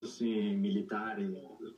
corsi militari.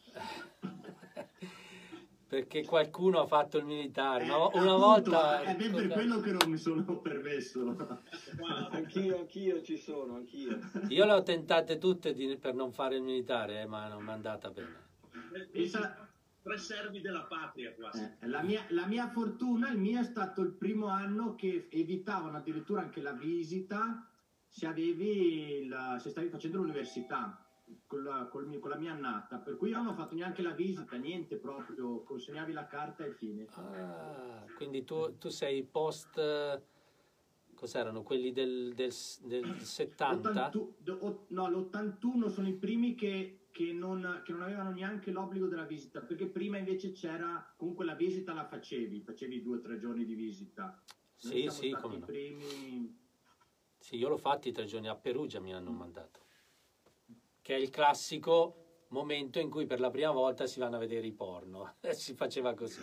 Perché qualcuno ha fatto il militare, no? Una appunto, volta... È ben per quello che non mi sono permesso. Anch'io ci sono, anch'io. Io le ho tentate tutte per non fare il militare, ma non mi è andata bene. Tre servi della patria quasi. La mia fortuna, il mio è stato il primo anno che evitavano addirittura anche la visita se stavi facendo l'università con la mia annata, per cui io non ho fatto neanche la visita, niente proprio, consegnavi la carta e fine. Ah, quindi tu sei post... Cos'erano? Quelli del 70? No, l'81 sono i primi che non avevano neanche l'obbligo della visita, perché prima invece c'era, comunque la visita la facevi 2 o 3 giorni di visita. Sì, come no. Primi... Sì, io l'ho fatti 3 giorni, a Perugia mi hanno mandato. Che è il classico momento in cui per la prima volta si vanno a vedere i porno. Si faceva così.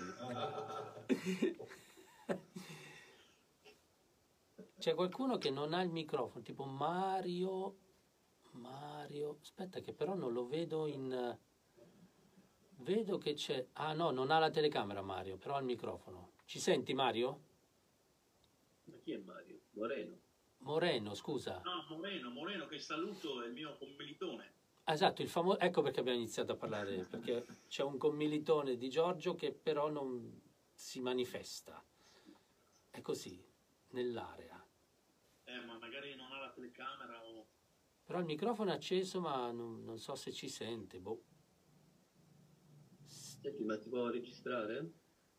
C'è qualcuno che non ha il microfono, tipo Mario, aspetta che però non lo vedo in... Vedo che c'è... Ah no, non ha la telecamera Mario, però ha il microfono. Ci senti Mario? Ma chi è Mario? Moreno. Moreno, scusa. No, Moreno, che saluto, è il mio commilitone. Esatto, il famoso... Ecco perché abbiamo iniziato a parlare, perché c'è un commilitone di Giorgio che però non si manifesta. È così, nell'area. Ma magari non ha la telecamera o... Però il microfono è acceso, ma non so se ci sente, boh. Senti, ma si può registrare?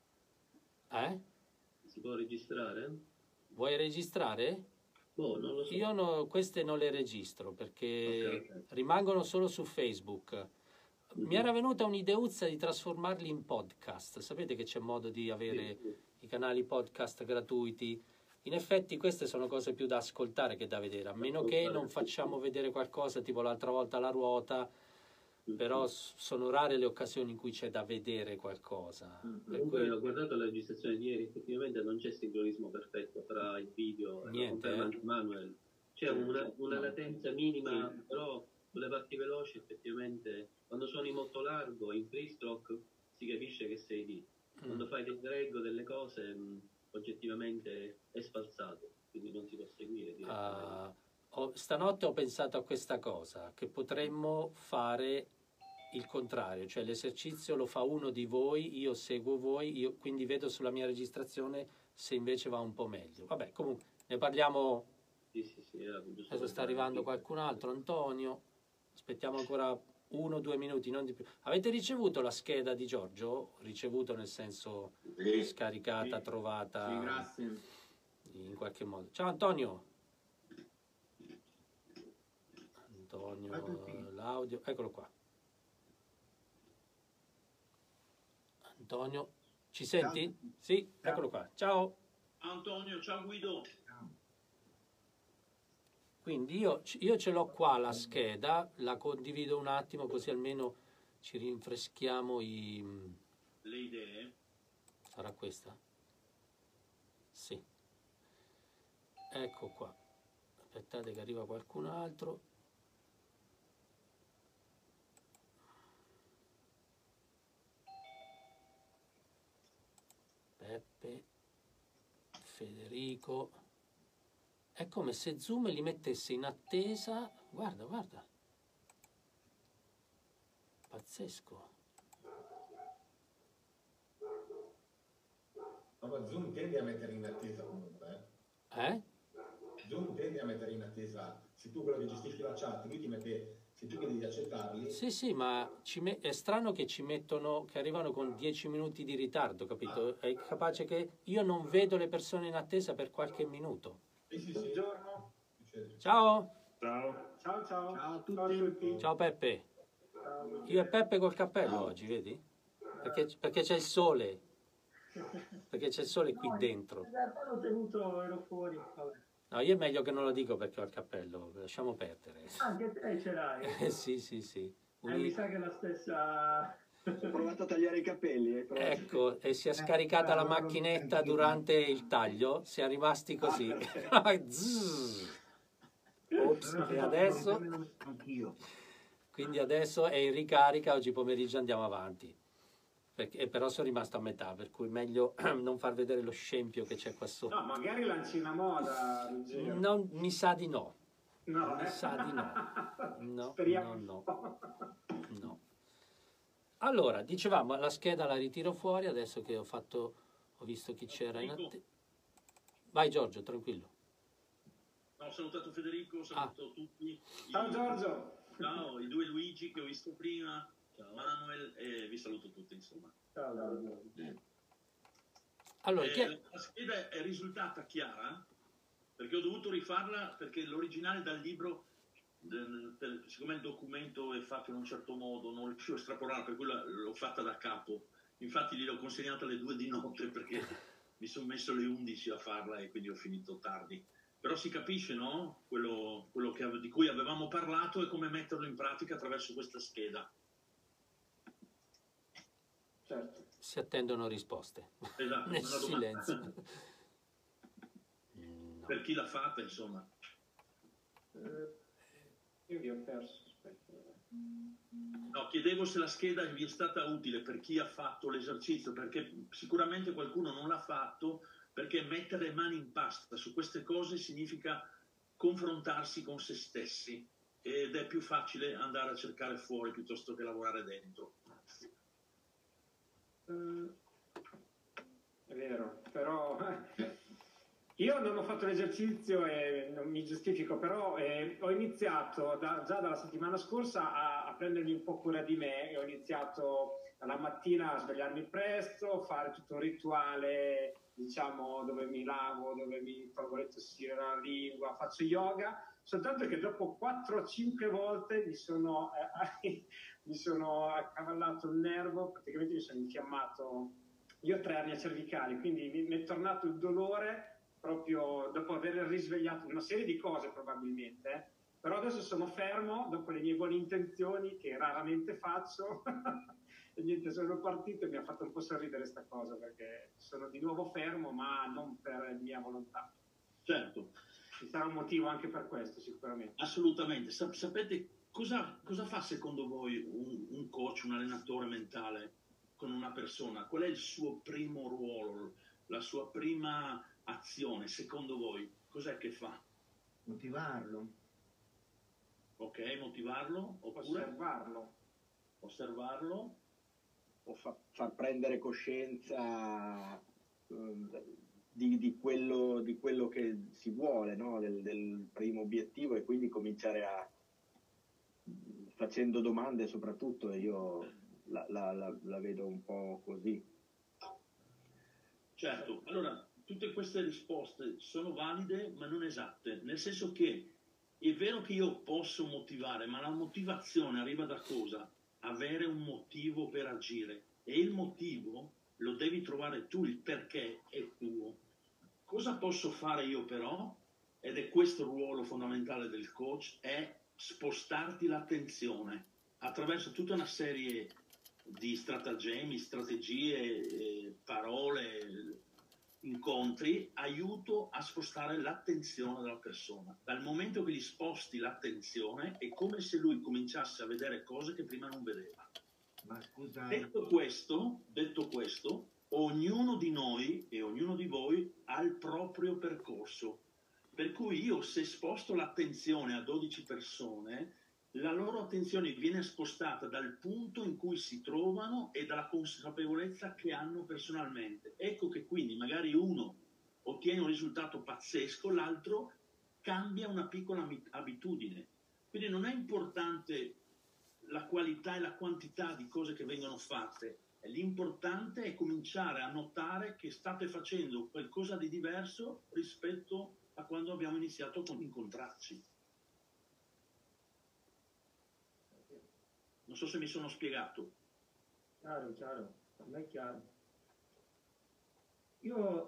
Si può registrare? Vuoi registrare? Boh, non lo so. Io queste non le registro perché Okay. rimangono solo su Facebook. Mi era venuta un'ideuzza di trasformarli in podcast. Sapete che c'è modo di avere i canali podcast gratuiti? In effetti queste sono cose più da ascoltare che da vedere, a meno che non facciamo vedere qualcosa tipo l'altra volta la ruota, però sono rare le occasioni in cui c'è da vedere qualcosa. Comunque ho guardato la registrazione di ieri, effettivamente non c'è sincronismo perfetto tra il video e Manuel. C'è una latenza minima, però con le parti veloci effettivamente quando suoni molto largo in freestroke si capisce che sei lì. Quando fai del drag o delle cose oggettivamente è sfalsato, quindi non si può seguire stanotte ho pensato a questa cosa, che potremmo fare il contrario, cioè l'esercizio lo fa uno di voi, io seguo voi, quindi vedo sulla mia registrazione se invece va un po' meglio. Vabbè, comunque ne parliamo. Sì, Adesso sta arrivando qualcun altro, Antonio, aspettiamo ancora 1 o 2 minuti, non di più. Avete ricevuto la scheda di Giorgio? Ricevuto nel senso scaricata, trovata? Sì, grazie. In qualche modo. Ciao Antonio. L'audio, eccolo qua. Antonio, ci senti? Ciao. Sì, eccolo qua. Ciao. Antonio, ciao Guido. Quindi io ce l'ho qua la scheda, la condivido un attimo così almeno ci rinfreschiamo le idee. Sarà questa? Sì. Ecco qua. Aspettate che arriva qualcun altro. Peppe, Federico. È come se Zoom li mettesse in attesa. Guarda, guarda. Pazzesco. No, ma Zoom tende a mettere in attesa comunque. Zoom tende a mettere in attesa. Se tu quello che gestisci la chat, lui ti mette... Se tu chiedi di accettarli... Sì, ma è strano che ci mettono, che arrivano con 10 minuti di ritardo, capito? È capace che io non vedo le persone in attesa per qualche minuto. Sì. Buongiorno. Ciao. Ciao a tutti. Ciao Peppe. Io e Peppe col cappello oggi, vedi? Perché c'è il sole. Perché c'è il sole qui dentro. In realtà l'ho tenuto, ero fuori. Vabbè. No, io è meglio che non lo dico perché ho il cappello, lasciamo perdere. Anche te ce l'hai? Sì. Mi sa che è la stessa... Ho provato a tagliare i capelli. Ecco, e si è scaricata la macchinetta durante il taglio, si è rimasti così. Ops, e adesso? Quindi adesso è in ricarica, oggi pomeriggio andiamo avanti. Però sono rimasto a metà, per cui meglio non far vedere lo scempio che c'è qua sotto. No, magari lanci una moda, Ruggero. No, mi sa di no. No, mi sa di no. No, speriamo. No. Allora, dicevamo, la scheda la ritiro fuori, adesso che ho visto chi c'era in attesa. Vai Giorgio, tranquillo. No, ho salutato Federico, saluto tutti. Ciao Giorgio. Ciao, i due Luigi che ho visto prima. Ciao Manuel, e vi saluto tutti, insomma. Ciao. Allora, la scheda è risultata chiara, perché ho dovuto rifarla, perché l'originale dal libro, siccome il documento è fatto in un certo modo, non riuscivo a estrapolare, per cui l'ho fatta da capo. Infatti gliel'ho consegnata alle 2 di notte, perché mi sono messo alle 11 a farla e quindi ho finito tardi. Però si capisce, no? Quello di cui avevamo parlato e come metterlo in pratica attraverso questa scheda. Certo. Si attendono risposte. Esatto, nel silenzio. No. Per chi l'ha fatta, insomma. Io vi ho perso. Aspetta. No, chiedevo se la scheda vi è stata utile per chi ha fatto l'esercizio, perché sicuramente qualcuno non l'ha fatto, perché mettere le mani in pasta su queste cose significa confrontarsi con se stessi ed è più facile andare a cercare fuori piuttosto che lavorare dentro. È vero, però io non ho fatto l'esercizio e non mi giustifico, però ho iniziato già dalla settimana scorsa a prendermi un po' cura di me e ho iniziato la mattina a svegliarmi presto, fare tutto un rituale, diciamo, dove mi lavo, dove mi tolgo le tossine dalla lingua, faccio yoga, soltanto che dopo 4-5 volte mi sono accavallato un nervo, praticamente mi sono infiammato. Io ho 3 ernie cervicali, quindi mi è tornato il dolore proprio dopo aver risvegliato una serie di cose probabilmente, però adesso sono fermo dopo le mie buone intenzioni che raramente faccio e niente, sono partito e mi ha fatto un po' sorridere sta cosa perché sono di nuovo fermo ma non per mia volontà. Certo. Ci sarà un motivo anche per questo sicuramente. Assolutamente. Sapete cosa fa secondo voi un coach, un allenatore mentale con una persona? Qual è il suo primo ruolo, la sua prima azione, secondo voi? Cos'è che fa? Motivarlo. Ok, motivarlo, oppure osservarlo. O far prendere coscienza di quello che si vuole, no? del primo obiettivo, e quindi cominciare facendo domande soprattutto. Io la vedo un po' così. Certo, allora tutte queste risposte sono valide ma non esatte, nel senso che è vero che io posso motivare, ma la motivazione arriva da cosa? Avere un motivo per agire, e il motivo lo devi trovare tu, il perché è tuo. Cosa posso fare io però? Ed è questo il ruolo fondamentale del coach, è spostarti l'attenzione attraverso tutta una serie di stratagemmi, strategie, parole, incontri, aiuto a spostare l'attenzione della persona. Dal momento che gli sposti l'attenzione è come se lui cominciasse a vedere cose che prima non vedeva. Ma scusa... Detto questo, ognuno di noi e ognuno di voi ha il proprio percorso. Per cui io, se sposto l'attenzione a 12 persone, la loro attenzione viene spostata dal punto in cui si trovano e dalla consapevolezza che hanno personalmente. Ecco che quindi magari uno ottiene un risultato pazzesco, l'altro cambia una piccola abitudine. Quindi non è importante la qualità e la quantità di cose che vengono fatte, l'importante è cominciare a notare che state facendo qualcosa di diverso rispetto a quando abbiamo iniziato a incontrarci. Non so se mi sono spiegato. Chiaro, a me è chiaro. Io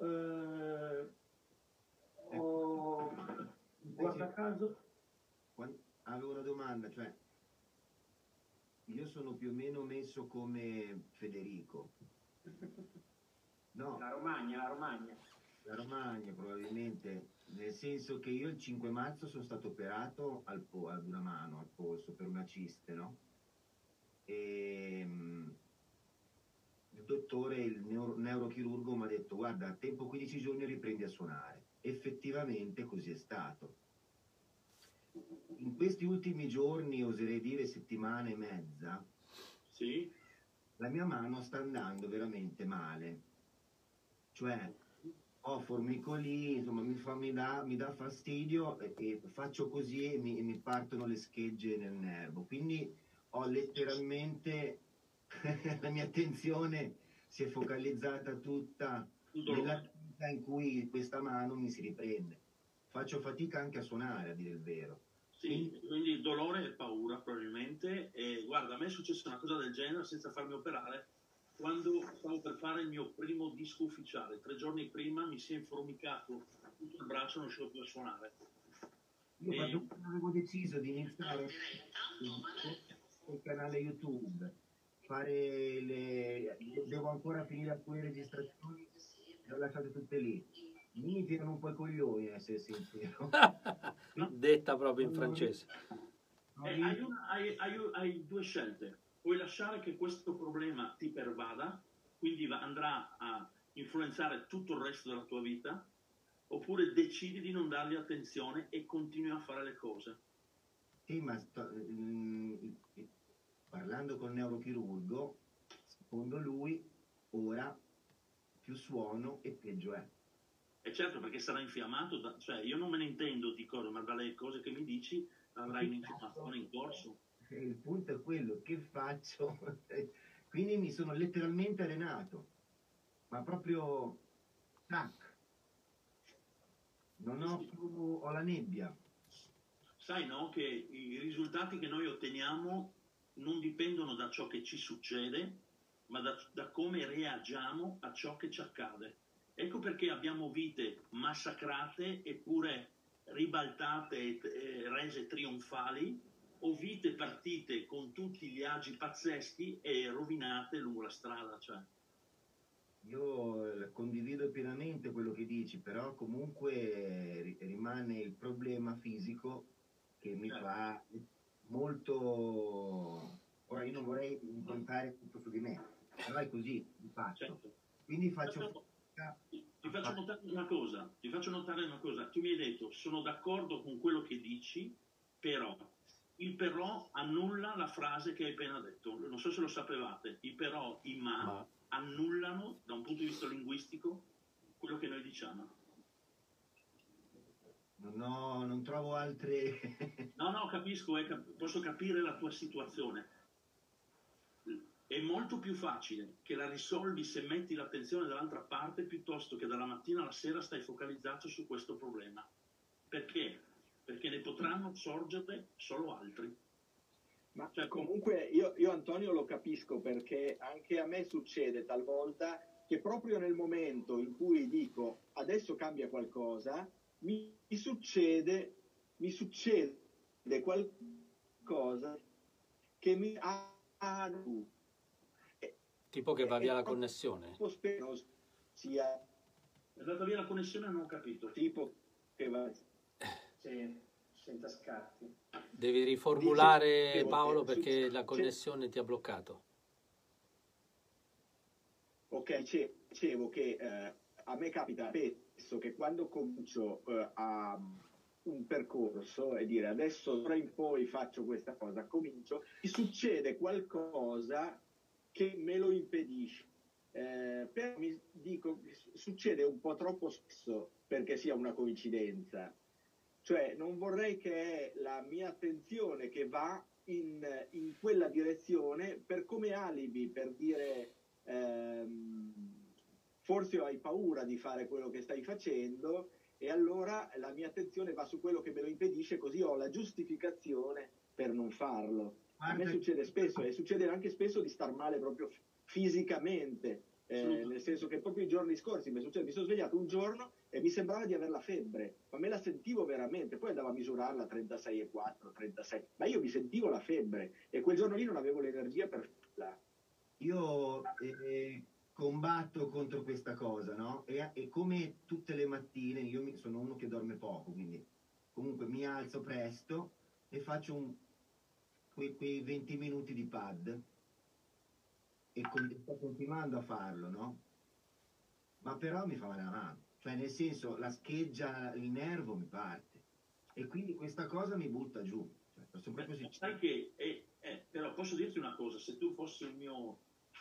guarda caso... Avevo una domanda, cioè io sono più o meno messo come Federico. No. La Romagna. La Romagna probabilmente. nel senso che io il 5 marzo sono stato operato ad una mano, al polso, per una ciste, no? E il dottore, il neurochirurgo mi ha detto: guarda, a tempo 15 giorni riprendi a suonare. Effettivamente così è stato. In questi ultimi giorni, oserei dire settimana e mezza, sì, la mia mano sta andando veramente male. Cioè, ho formicolii, insomma, mi dà fastidio e faccio così e mi partono le schegge nel nervo. Quindi ho letteralmente la mia attenzione si è focalizzata tutta nell'attività in cui questa mano mi si riprende. Faccio fatica anche a suonare, a dire il vero. Sì, quindi dolore e paura probabilmente. E guarda, a me è successa una cosa del genere senza farmi operare. Quando stavo per fare il mio primo disco ufficiale, 3 giorni prima mi si è informicato tutto il braccio, non riuscivo più a suonare. Io quando avevo deciso di iniziare il canale YouTube, devo ancora finire alcune registrazioni, le ho lasciate tutte lì. Mi tirano un po' i coglioni, a essere sincero. Detta proprio in francese. Hai due scelte. Puoi lasciare che questo problema ti pervada, quindi andrà a influenzare tutto il resto della tua vita, oppure decidi di non dargli attenzione e continui a fare le cose. Sì, ma parlando con il neurochirurgo, secondo lui ora più suono e peggio è. E certo, perché sarà infiammato, cioè io non me ne intendo di cosa, ma dalle cose che mi dici avrai un'infiammazione in corso. Il punto è quello, che faccio? Quindi mi sono letteralmente arenato, ma proprio tac, non ho più, ho la nebbia. Sai, no, che i risultati che noi otteniamo non dipendono da ciò che ci succede, ma da come reagiamo a ciò che ci accade. Ecco perché abbiamo vite massacrate eppure ribaltate e rese trionfali, o vite partite con tutti gli agi pazzeschi e rovinate lungo la strada. Cioè. Io condivido pienamente quello che dici, però comunque rimane il problema fisico che mi fa molto... Ora io non vorrei improntare tutto su di me, però è così, di fatto. Certo. Quindi faccio... Ti faccio notare una cosa. Tu mi hai detto, sono d'accordo con quello che dici, però... Il però annulla la frase che hai appena detto. Non so se lo sapevate. I però, i ma annullano, da un punto di vista linguistico, quello che noi diciamo. Non trovo altre... No, capisco, posso capire la tua situazione. È molto più facile che la risolvi se metti l'attenzione dall'altra parte piuttosto che dalla mattina alla sera stai focalizzato su questo problema. Perché? Perché ne potranno sorgere solo altri. Ma comunque io Antonio lo capisco, perché anche a me succede talvolta che proprio nel momento in cui dico adesso cambia qualcosa, mi succede qualcosa che mi ha... Tipo che va via la connessione? Spero sia... È andata via la connessione, non ho capito. Tipo che va... Sì, senza scatti. Devi riformulare, Paolo, perché la connessione ti ha bloccato. Ok, dicevo che a me capita spesso che quando comincio a un percorso e dire adesso d'ora in poi faccio questa cosa, mi succede qualcosa che me lo impedisce. Però mi dico, succede un po' troppo spesso perché sia una coincidenza. Cioè, non vorrei che è la mia attenzione che va in quella direzione per come alibi, per dire forse hai paura di fare quello che stai facendo e allora la mia attenzione va su quello che me lo impedisce, così ho la giustificazione per non farlo. A me succede spesso, e succede anche spesso di star male proprio fisicamente. Nel senso che proprio i giorni scorsi mi sono svegliato un giorno e mi sembrava di avere la febbre, ma me la sentivo veramente, poi andavo a misurarla 36,4, 36, ma io mi sentivo la febbre e quel giorno lì non avevo l'energia per farla. Io combatto contro questa cosa, no? E come tutte le mattine, sono uno che dorme poco, quindi comunque mi alzo presto e faccio quei 20 minuti di pad e sto continuando a farlo, no? Ma però mi fa male la mano, cioè nel senso la scheggia, il nervo mi parte e quindi questa cosa mi butta giù. Cioè, sono proprio sincero. Sai che, però posso dirti una cosa, se tu fossi il mio...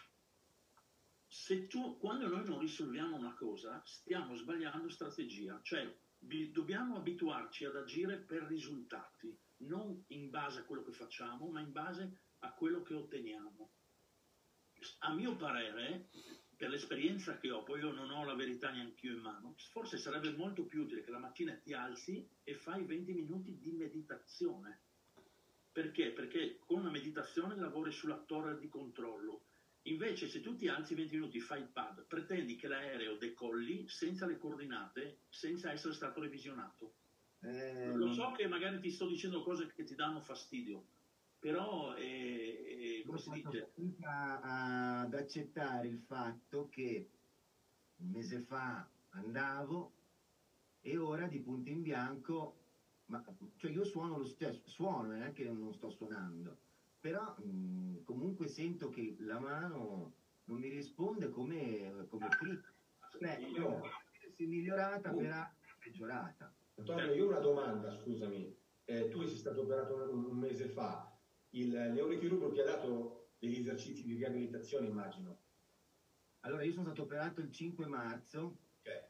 quando noi non risolviamo una cosa, stiamo sbagliando strategia, cioè dobbiamo abituarci ad agire per risultati, non in base a quello che facciamo, ma in base a quello che otteniamo. A mio parere, per l'esperienza che ho, poi io non ho la verità neanche io in mano, forse sarebbe molto più utile che la mattina ti alzi e fai 20 minuti di meditazione. Perché? Perché con la meditazione lavori sulla torre di controllo. Invece se tu ti alzi 20 minuti, fai il pad, pretendi che l'aereo decolli senza le coordinate, senza essere stato revisionato. Lo so che magari ti sto dicendo cose che ti danno fastidio, però come si dice? Ad accettare il fatto che un mese fa andavo e ora di punto in bianco, cioè io suono lo stesso, non è che non sto suonando, però comunque sento che la mano non mi risponde come prima. Si è migliorata, però è peggiorata. Antonio, io ho una domanda, scusami. Tu sei stato operato un mese fa. Il neurochirurgo ti ha dato degli esercizi di riabilitazione, immagino. Allora, io sono stato operato il 5 marzo. Ok.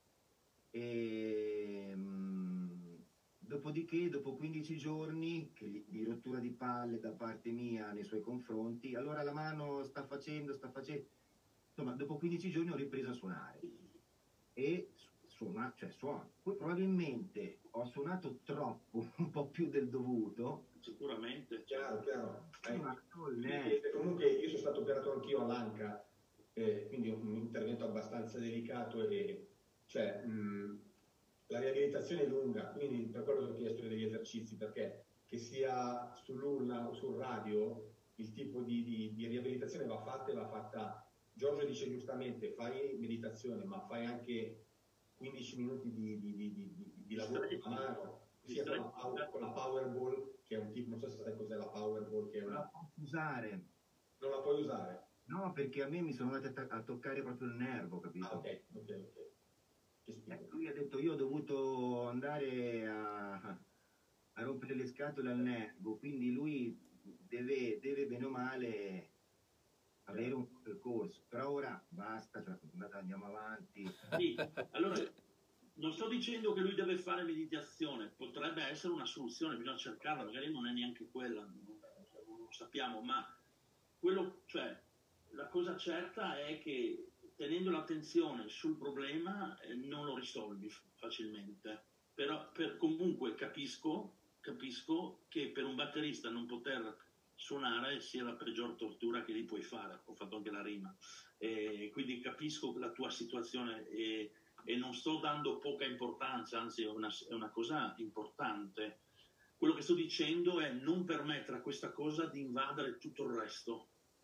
E dopodiché, dopo 15 giorni di rottura di palle da parte mia nei suoi confronti, allora la mano sta facendo, insomma, dopo 15 giorni ho ripreso a suonare e suono. Poi probabilmente ho suonato troppo, un po' più del dovuto. Sicuramente. Chiaro. Comunque io sono stato operato anch'io all'anca, quindi un intervento abbastanza delicato e cioè la riabilitazione è lunga, quindi per quello che ho chiesto degli esercizi, perché che sia sull'urna o sul radio il tipo di riabilitazione va fatta. Giorgio dice giustamente, fai meditazione, ma fai anche 15 minuti di lavoro a mano, sia con la Powerball, che è un tipo, non so se sai cos'è la Powerball, che è una... Non la puoi usare? No, perché a me mi sono andati a toccare proprio il nervo, capito? Ah, ok. Lui ha detto, io ho dovuto andare a rompere le scatole al nervo, quindi lui deve bene o male avere un percorso, però ora basta, cioè, andiamo avanti. Sì, allora non sto dicendo che lui deve fare meditazione, potrebbe essere una soluzione, bisogna cercarla, magari non è neanche quella, non lo sappiamo, ma la cosa certa è che tenendo l'attenzione sul problema non lo risolvi facilmente, però comunque capisco che per un batterista non poter suonare sia la peggior tortura che gli puoi fare. Ho fatto anche la rima, quindi capisco la tua situazione e non sto dando poca importanza, anzi è una cosa importante. Quello che sto dicendo è non permettere a questa cosa di invadere tutto il resto.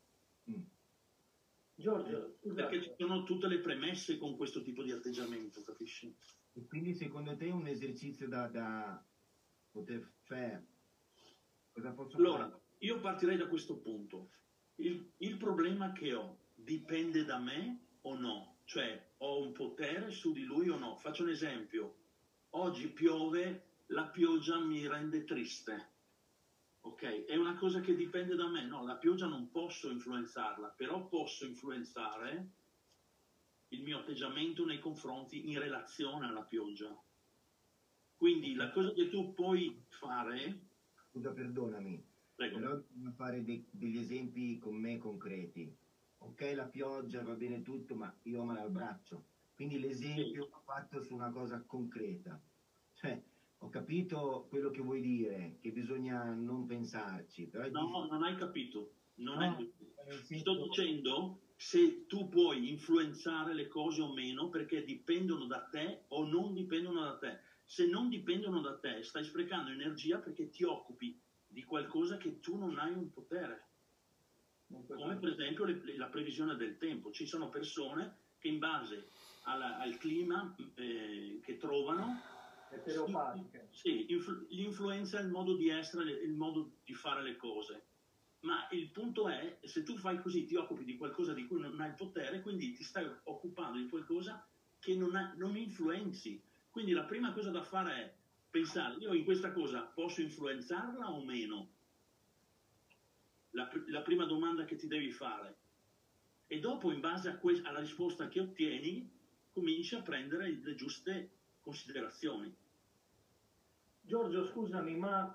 Giorgio, perché ci sono tutte le premesse con questo tipo di atteggiamento, capisci? E quindi secondo te è un esercizio da poter, cioè, cosa posso fare? Io partirei da questo punto. Il problema che ho dipende da me o no? Cioè, ho un potere su di lui o no? Faccio un esempio. Oggi piove, la pioggia mi rende triste. Ok? È una cosa che dipende da me. No, la pioggia non posso influenzarla, però posso influenzare il mio atteggiamento nei confronti in relazione alla pioggia. Quindi la cosa che tu puoi fare... Scusa, perdonami. Prego. Però bisogna fare degli esempi con me concreti. Ok, la pioggia va bene tutto, ma io ho male al braccio. Quindi l'esempio l'ho fatto su una cosa concreta. Cioè, ho capito quello che vuoi dire, che bisogna non pensarci. Però no, non hai capito. Sto dicendo se tu puoi influenzare le cose o meno perché dipendono da te o non dipendono da te. Se non dipendono da te, stai sprecando energia perché ti occupi di qualcosa che tu non hai un potere. come per esempio la previsione del tempo. Ci sono persone che in base al clima che trovano gli influenza il modo di essere, il modo di fare le cose. Ma il punto è, se tu fai così, ti occupi di qualcosa di cui non hai il potere, quindi ti stai occupando di qualcosa che non influenzi. Quindi la prima cosa da fare è pensare, io in questa cosa posso influenzarla o meno? La prima domanda che ti devi fare. E dopo, in base alla risposta che ottieni, cominci a prendere le giuste considerazioni. Giorgio, scusami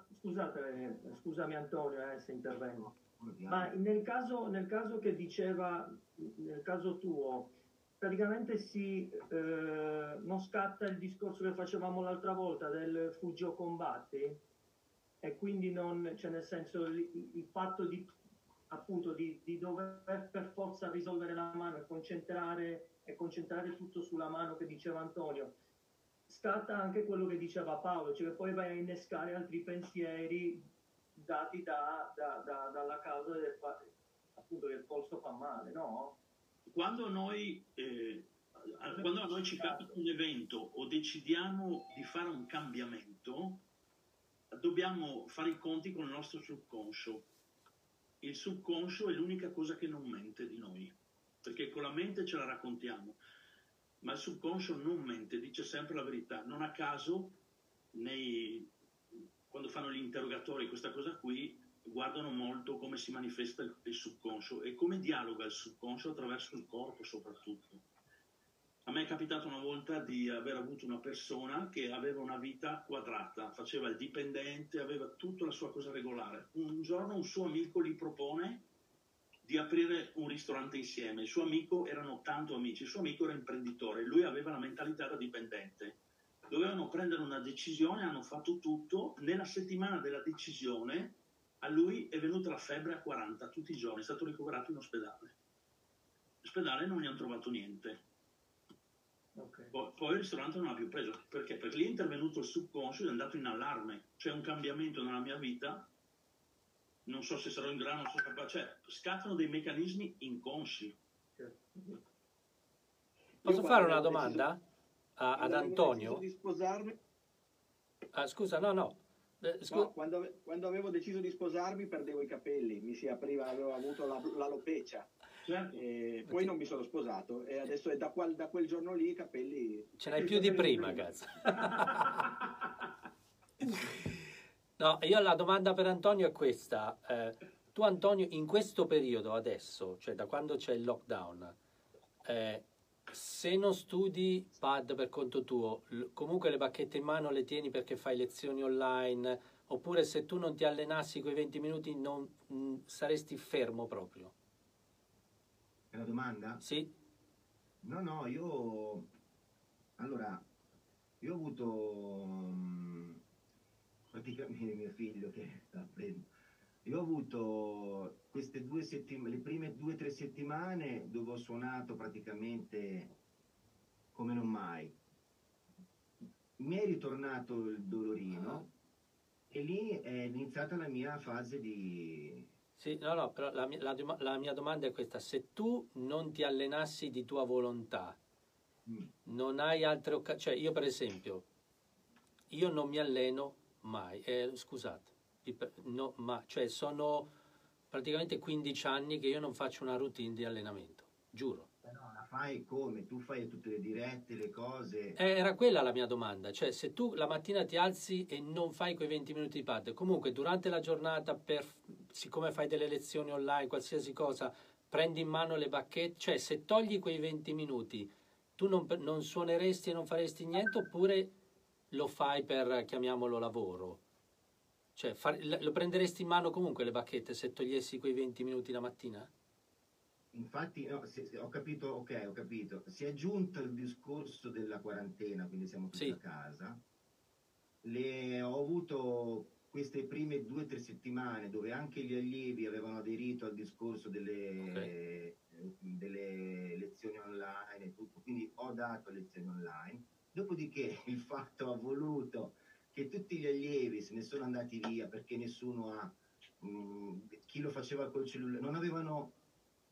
Antonio, se intervengo. Ma nel caso che diceva, nel caso tuo, praticamente non scatta il discorso che facevamo l'altra volta del fuggi o combatti, e quindi non, cioè nel senso il fatto di dover per forza risolvere la mano e concentrare tutto sulla mano che diceva Antonio. Scatta anche quello che diceva Paolo, cioè che poi vai a innescare altri pensieri dati dalla causa appunto che il polso fa male, no? Quando a noi ci capita un evento o decidiamo di fare un cambiamento, dobbiamo fare i conti con il nostro subconscio. Il subconscio è l'unica cosa che non mente di noi, perché con la mente ce la raccontiamo. Ma il subconscio non mente, dice sempre la verità. Non a caso, quando fanno gli interrogatori, questa cosa qui, guardano molto come si manifesta il subconscio e come dialoga il subconscio attraverso il corpo soprattutto. A me è capitato una volta di aver avuto una persona che aveva una vita quadrata, faceva il dipendente, aveva tutta la sua cosa regolare. Un giorno un suo amico gli propone di aprire un ristorante insieme. Il suo amico, erano tanto amici, il suo amico era imprenditore, lui aveva la mentalità da dipendente. Dovevano prendere una decisione, hanno fatto tutto. Nella settimana della decisione a lui è venuta la febbre a 40 tutti i giorni, è stato ricoverato in ospedale. In ospedale non gli hanno trovato niente. Okay. Poi il ristorante non l'ha più preso. Perché? Perché lì è intervenuto il subconscio ed è andato in allarme. C'è un cambiamento nella mia vita, non so se sarò in grado, non so capace, cioè scattano dei meccanismi inconsci. Posso fare una domanda ad Antonio? Di sposarmi. Scusa, no. No, quando avevo deciso di sposarmi perdevo i capelli, mi si apriva, avevo avuto l'alopecia. Certo. E poi non mi sono sposato e adesso è da quel giorno lì i capelli... Ce n'hai più di prima, cazzo. No, io la domanda per Antonio è questa. Tu Antonio, in questo periodo adesso, cioè da quando c'è il lockdown, se non studi pad per conto tuo, comunque le bacchette in mano le tieni perché fai lezioni online, oppure se tu non ti allenassi quei 20 minuti non saresti fermo proprio? È una domanda? Sì. No, io ho avuto praticamente mio figlio che sta prendendo. Io ho avuto queste 2 settimane, le prime 2 o 3 settimane dove ho suonato praticamente come non mai. Mi è ritornato il dolorino e lì è iniziata la mia fase di... Sì, no, però la mia domanda è questa: se tu non ti allenassi di tua volontà, non hai altre occasioni, cioè io per esempio, io non mi alleno mai, scusate, cioè sono praticamente 15 anni che io non faccio una routine di allenamento, giuro. No, la fai come? Tu fai tutte le dirette, le cose... Era quella la mia domanda, cioè se tu la mattina ti alzi e non fai quei 20 minuti di pad, comunque durante la giornata, siccome fai delle lezioni online, qualsiasi cosa, prendi in mano le bacchette, cioè se togli quei 20 minuti, tu non suoneresti e non faresti niente, oppure lo fai per, chiamiamolo, lavoro? Cioè lo prenderesti in mano comunque le bacchette se togliessi quei 20 minuti la mattina? Infatti, no, ho capito, ok, ho capito. Si è aggiunto il discorso della quarantena, quindi siamo tutti a casa. Ho avuto queste prime 2 o 3 settimane dove anche gli allievi avevano aderito al discorso delle lezioni online e tutto, quindi ho dato lezioni online. Dopodiché il fatto ha voluto che tutti gli allievi se ne sono andati via perché nessuno chi lo faceva col cellulare, non avevano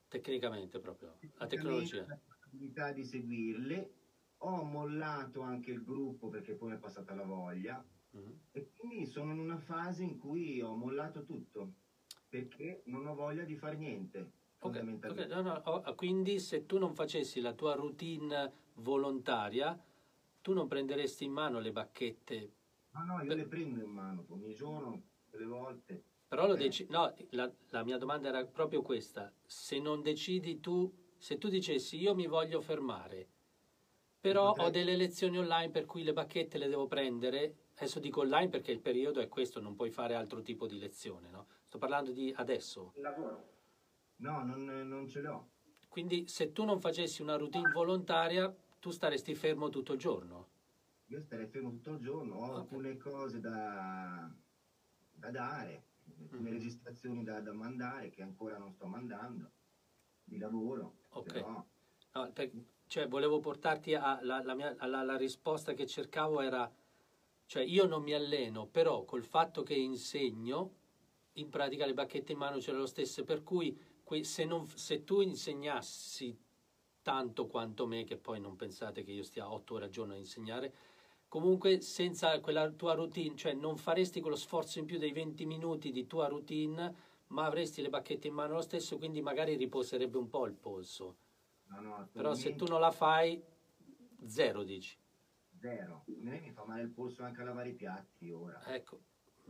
Tecnicamente proprio, la tecnologia. La possibilità di seguirle, ho mollato anche il gruppo perché poi mi è passata la voglia, e quindi sono in una fase in cui ho mollato tutto, perché non ho voglia di fare niente. Okay. Quindi se tu non facessi la tua routine volontaria, tu non prenderesti in mano le bacchette? No, io le prendo in mano ogni giorno, delle volte. Però la mia domanda era proprio questa: se non decidi tu, se tu dicessi io mi voglio fermare, però ho delle lezioni online per cui le bacchette le devo prendere, adesso dico online perché il periodo è questo, non puoi fare altro tipo di lezione, no? Sto parlando di adesso. Lavoro. No, non ce l'ho. Quindi se tu non facessi una routine volontaria, tu staresti fermo tutto il giorno? Io starei fermo tutto il giorno, ho alcune cose da dare, alcune registrazioni da mandare che ancora non sto mandando, di lavoro. Ok. Però... No, cioè volevo portarti alla risposta che cercavo era, cioè io non mi alleno, però col fatto che insegno, in pratica le bacchette in mano ce le ho lo stesso, per cui se tu insegnassi tanto quanto me, che poi non pensate che io stia 8 ore al giorno a insegnare, comunque senza quella tua routine, cioè non faresti quello sforzo in più dei 20 minuti di tua routine, ma avresti le bacchette in mano lo stesso, quindi magari riposerebbe un po' il polso. No, però se tu non la fai, zero dici. Zero. A me mi fa male il polso anche a lavare i piatti ora. Ecco.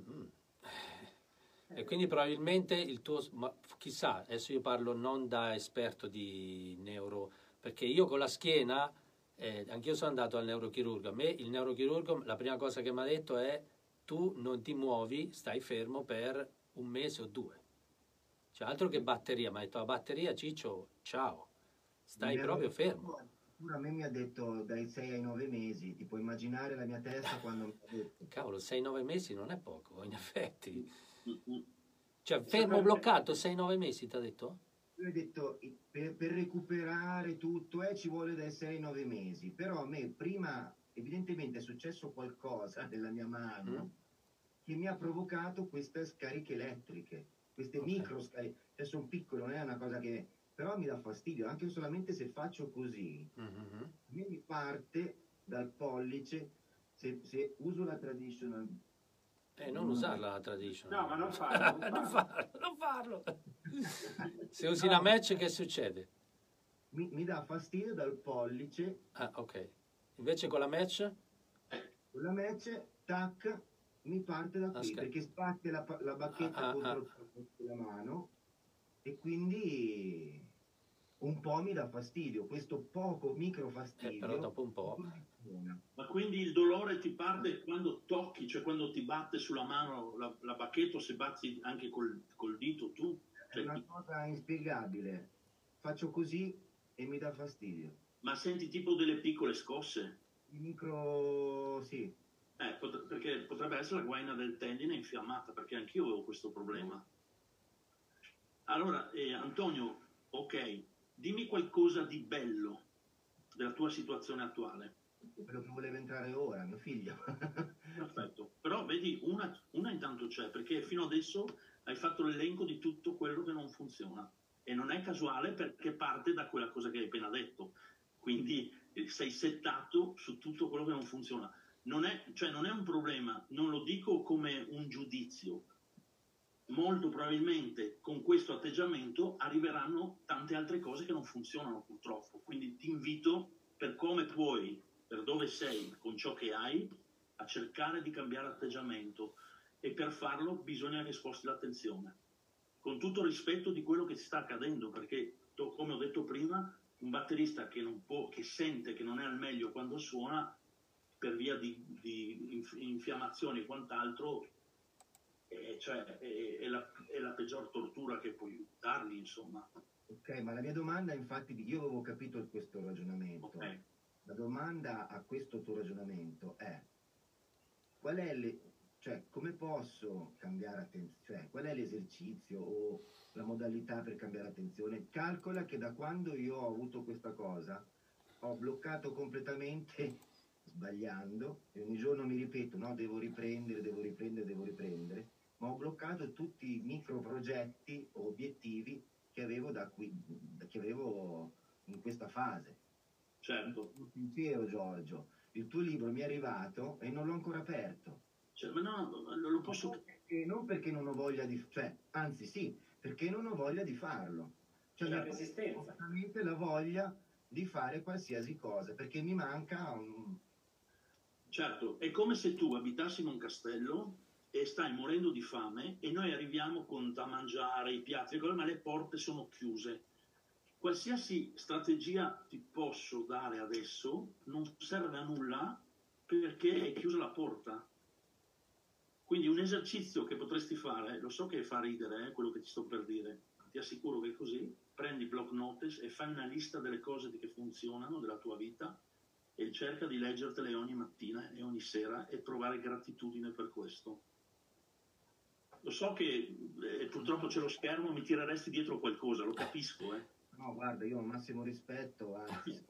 E quindi probabilmente il tuo, ma chissà, adesso io parlo non da esperto di neuro, perché io con la schiena, anch'io sono andato al neurochirurgo, a me il neurochirurgo la prima cosa che mi ha detto è tu non ti muovi, stai fermo per 1 mese o 2. Cioè altro che batteria, mi ha detto la batteria Ciccio, ciao, stai proprio fermo. A me mi ha detto dai 6 ai 9 mesi, ti puoi immaginare la mia testa quando mi ha detto. Cavolo, 6-9 mesi non è poco, in effetti. Cioè, fermo bloccato 6-9 mesi, ti ha detto? Io ho detto, per recuperare tutto ci vuole dai 6 ai 9 mesi, però a me prima, evidentemente è successo qualcosa nella mia mano che mi ha provocato queste scariche elettriche, queste micro scariche, cioè sono piccole, non è una cosa che... però mi dà fastidio, anche solamente se faccio così, mi parte dal pollice, se uso la traditional... non usarla la traditional. No, ma non farlo. non farlo. Se usi la match che succede? Mi dà fastidio dal pollice. Ah, ok. Invece con la match? Con la match, tac, mi parte da qui, perché sbatte la bacchetta contro la mano e quindi... un po' mi dà fastidio, questo poco micro fastidio. Però dopo un po'. Ma quindi il dolore ti parte quando tocchi, cioè quando ti batte sulla mano la bacchetta, o se batti anche col dito tu? È una cosa inspiegabile. Faccio così e mi dà fastidio. Ma senti tipo delle piccole scosse? Micro, sì. Perché potrebbe essere la guaina del tendine infiammata, perché anch'io avevo questo problema. Allora, Antonio, ok. Dimmi qualcosa di bello della tua situazione attuale. Quello che voleva entrare ora, mio figlio. Perfetto. Però vedi, una intanto c'è, perché fino adesso hai fatto l'elenco di tutto quello che non funziona. E non è casuale perché parte da quella cosa che hai appena detto. Quindi sei settato su tutto quello che non funziona. Non è un problema, non lo dico come un giudizio. Molto probabilmente con questo atteggiamento arriveranno tante altre cose che non funzionano purtroppo, quindi ti invito, per come puoi, per dove sei, con ciò che hai, a cercare di cambiare atteggiamento, e per farlo bisogna che sposti l'attenzione, con tutto rispetto di quello che ti sta accadendo, perché come ho detto prima, un batterista che sente che non è al meglio quando suona per via di infiammazioni e quant'altro, è la peggior tortura che puoi dargli, insomma. Ok, ma la mia domanda, infatti, io avevo capito questo ragionamento. Okay. La domanda a questo tuo ragionamento è: qual è come posso cambiare attenzione? Cioè, qual è l'esercizio o la modalità per cambiare attenzione? Calcola che da quando io ho avuto questa cosa ho bloccato completamente sbagliando, e ogni giorno mi ripeto, no, devo riprendere, ma ho bloccato tutti i micro progetti o obiettivi che avevo che avevo in questa fase. Certo. Sincero, Giorgio, il tuo libro mi è arrivato e non l'ho ancora aperto. Cioè, ma no, non lo posso... Non perché non ho voglia di... cioè, anzi sì, perché non ho voglia di farlo. Cioè, la resistenza. Assolutamente la voglia di fare qualsiasi cosa, perché mi manca un... Certo, è come se tu abitassi in un castello e stai morendo di fame e noi arriviamo con da mangiare, i piatti, ma le porte sono chiuse. Qualsiasi strategia ti posso dare adesso non serve a nulla perché è chiusa la porta. Quindi un esercizio che potresti fare, lo so che fa ridere quello che ti sto per dire, ti assicuro che è così, prendi block notice e fai una lista delle cose che funzionano della tua vita e cerca di leggertele ogni mattina e ogni sera e trovare gratitudine per questo. Lo so che purtroppo c'è lo schermo, mi tireresti dietro qualcosa, lo capisco. No, guarda, io ho il massimo rispetto, anzi,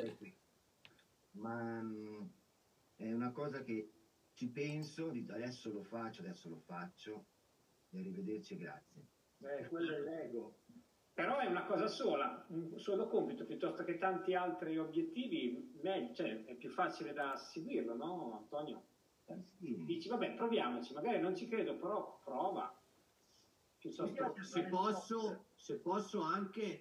ma è una cosa che ci penso, adesso lo faccio, e arrivederci, grazie. Quello è l'ego. Però è una cosa sola, un solo compito, piuttosto che tanti altri obiettivi, cioè, è più facile da seguirlo, no, Antonio? Sì. Dici, vabbè, proviamoci, magari non ci credo, però prova. Se posso anche,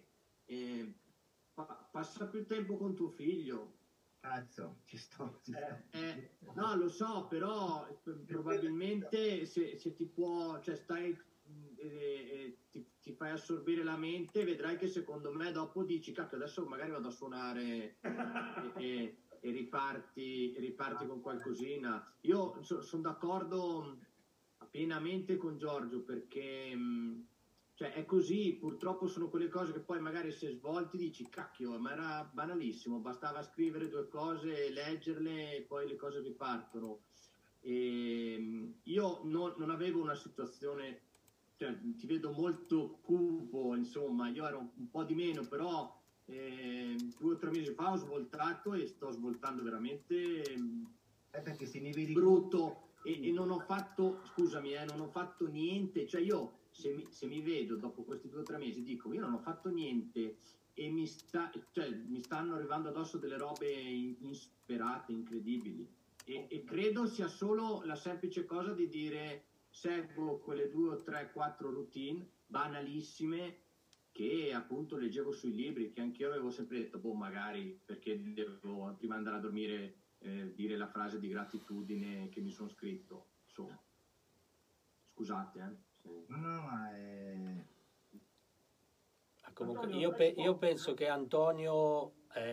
passa più tempo con tuo figlio. Cazzo, ci sto. No, lo so, però probabilmente se ti può, cioè stai, ti fai assorbire la mente, vedrai che secondo me dopo dici, cacchio, adesso magari vado a suonare e riparti con qualcosina. Io sono d'accordo pienamente con Giorgio, perché cioè è così, purtroppo sono quelle cose che poi magari se svolti dici cacchio, ma era banalissimo, bastava scrivere 2 cose, leggerle e poi le cose ripartono. E io non avevo una situazione, cioè, ti vedo molto cupo, insomma, io ero un po' di meno, però 2 o 3 mesi fa ho svoltato e sto svoltando veramente perché se ne vedi brutto. E non ho fatto, scusami, non ho fatto niente, cioè io se mi vedo dopo questi 2 o 3 mesi dico io non ho fatto niente e mi stanno arrivando addosso delle robe insperate, incredibili, e credo sia solo la semplice cosa di dire seguo quelle 2 o 3, 4 routine banalissime che appunto leggevo sui libri, che anch'io avevo sempre detto magari perché devo prima di andare a dormire dire la frase di gratitudine che mi sono scritto, insomma. Scusate, No, ma comunque io penso che Antonio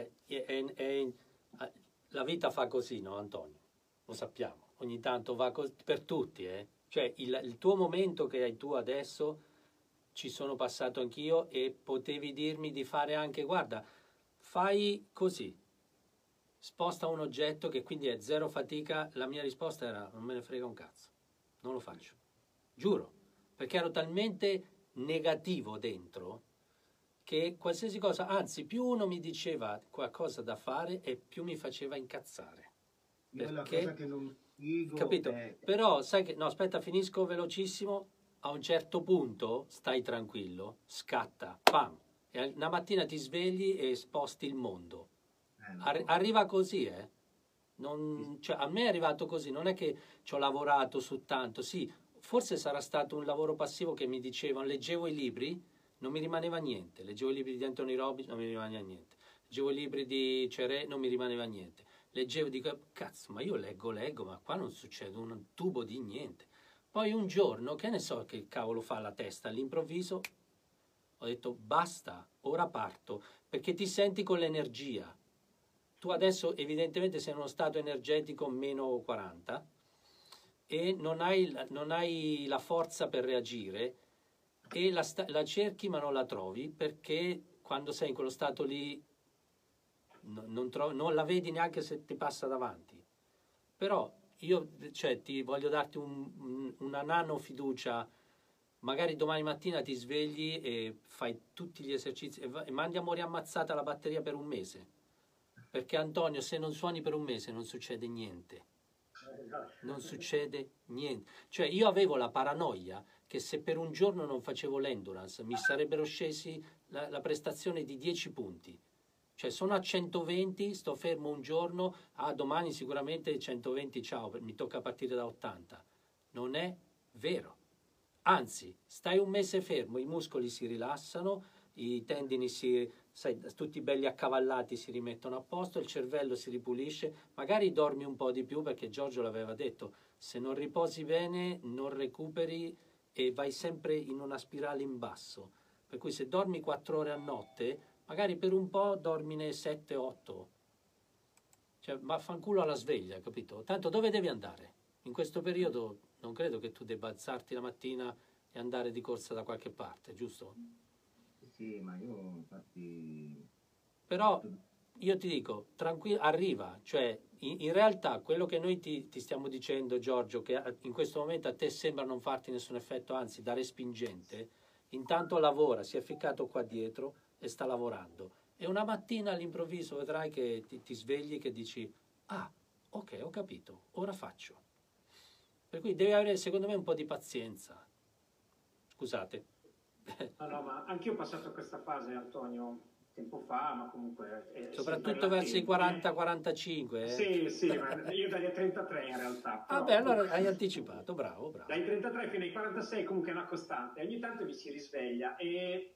la vita fa così, no, Antonio? Lo sappiamo, ogni tanto va così per tutti, Cioè il tuo momento che hai tu adesso ci sono passato anch'io e potevi dirmi di fare anche, guarda, fai così. Sposta un oggetto che quindi è zero fatica. La mia risposta era non me ne frega un cazzo, non lo faccio, giuro, perché ero talmente negativo dentro che qualsiasi cosa, anzi più uno mi diceva qualcosa da fare e più mi faceva incazzare, perché la cosa che non dico capito? Però sai che no, aspetta, finisco velocissimo. A un certo punto stai tranquillo, scatta, pam, e una mattina ti svegli e sposti il mondo. Arriva così, cioè, a me è arrivato così, non è che ci ho lavorato su tanto, sì, forse sarà stato un lavoro passivo che mi dicevano, leggevo i libri, non mi rimaneva niente, leggevo i libri di Anthony Robbins, non mi rimaneva niente, leggevo i libri di Ceré, non mi rimaneva niente, leggevo, dico, cazzo, ma io leggo, ma qua non succede un tubo di niente. Poi un giorno, che ne so che cavolo fa la testa, all'improvviso ho detto, basta, ora parto, perché ti senti con l'energia. Tu adesso evidentemente sei in uno stato energetico meno 40 e non hai la forza per reagire e la cerchi ma non la trovi, perché quando sei in quello stato lì non la vedi neanche se ti passa davanti. Però io ti voglio darti una nano fiducia, magari domani mattina ti svegli e fai tutti gli esercizi e mandi a morire ammazzata la batteria per un mese. Perché Antonio, se non suoni per un mese non succede niente. non succede niente. Cioè io avevo la paranoia che se per un giorno non facevo l'endurance mi sarebbero scesi la prestazione di 10 punti. Cioè sono a 120, sto fermo un giorno, domani sicuramente 120, ciao, mi tocca partire da 80. Non è vero. Anzi, stai un mese fermo, i muscoli si rilassano, i tendini tutti belli accavallati si rimettono a posto, il cervello si ripulisce, magari dormi un po' di più perché Giorgio l'aveva detto, se non riposi bene non recuperi e vai sempre in una spirale in basso. Per cui se dormi 4 ore a notte, magari per un po' dormine 7-8. Cioè, vaffanculo alla sveglia, capito? Tanto dove devi andare? In questo periodo non credo che tu debba alzarti la mattina e andare di corsa da qualche parte, giusto? Sì, ma io infatti... Però io ti dico, tranquillo, arriva, cioè in realtà quello che noi ti stiamo dicendo, Giorgio, che in questo momento a te sembra non farti nessun effetto, anzi da respingente, intanto lavora, si è ficcato qua dietro e sta lavorando. E una mattina all'improvviso vedrai che ti svegli che dici, ok, ho capito, ora faccio. Per cui devi avere, secondo me, un po' di pazienza. Scusate. No, ma anche io ho passato questa fase, Antonio, tempo fa, ma comunque... Soprattutto verso i 40-45. Sì, ma io dagli 33 in realtà. Vabbè, allora hai anticipato, bravo. Dai 33 fino ai 46 comunque è una costante. Ogni tanto mi si risveglia e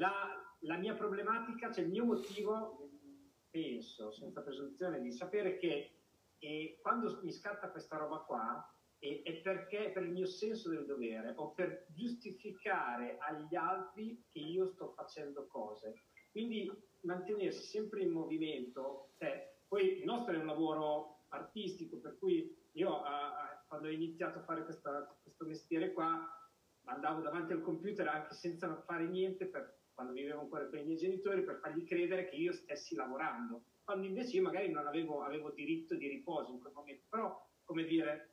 la mia problematica, cioè il mio motivo, penso, senza presunzione, di sapere che quando mi scatta questa roba qua, è perché per il mio senso del dovere o per giustificare agli altri che io sto facendo cose. Quindi mantenersi sempre in movimento, poi il nostro è un lavoro artistico, per cui io quando ho iniziato a fare questo mestiere qua andavo davanti al computer anche senza fare niente, quando vivevo ancora con i miei genitori, per fargli credere che io stessi lavorando, quando invece io magari non avevo diritto di riposo in quel momento. Però, come dire,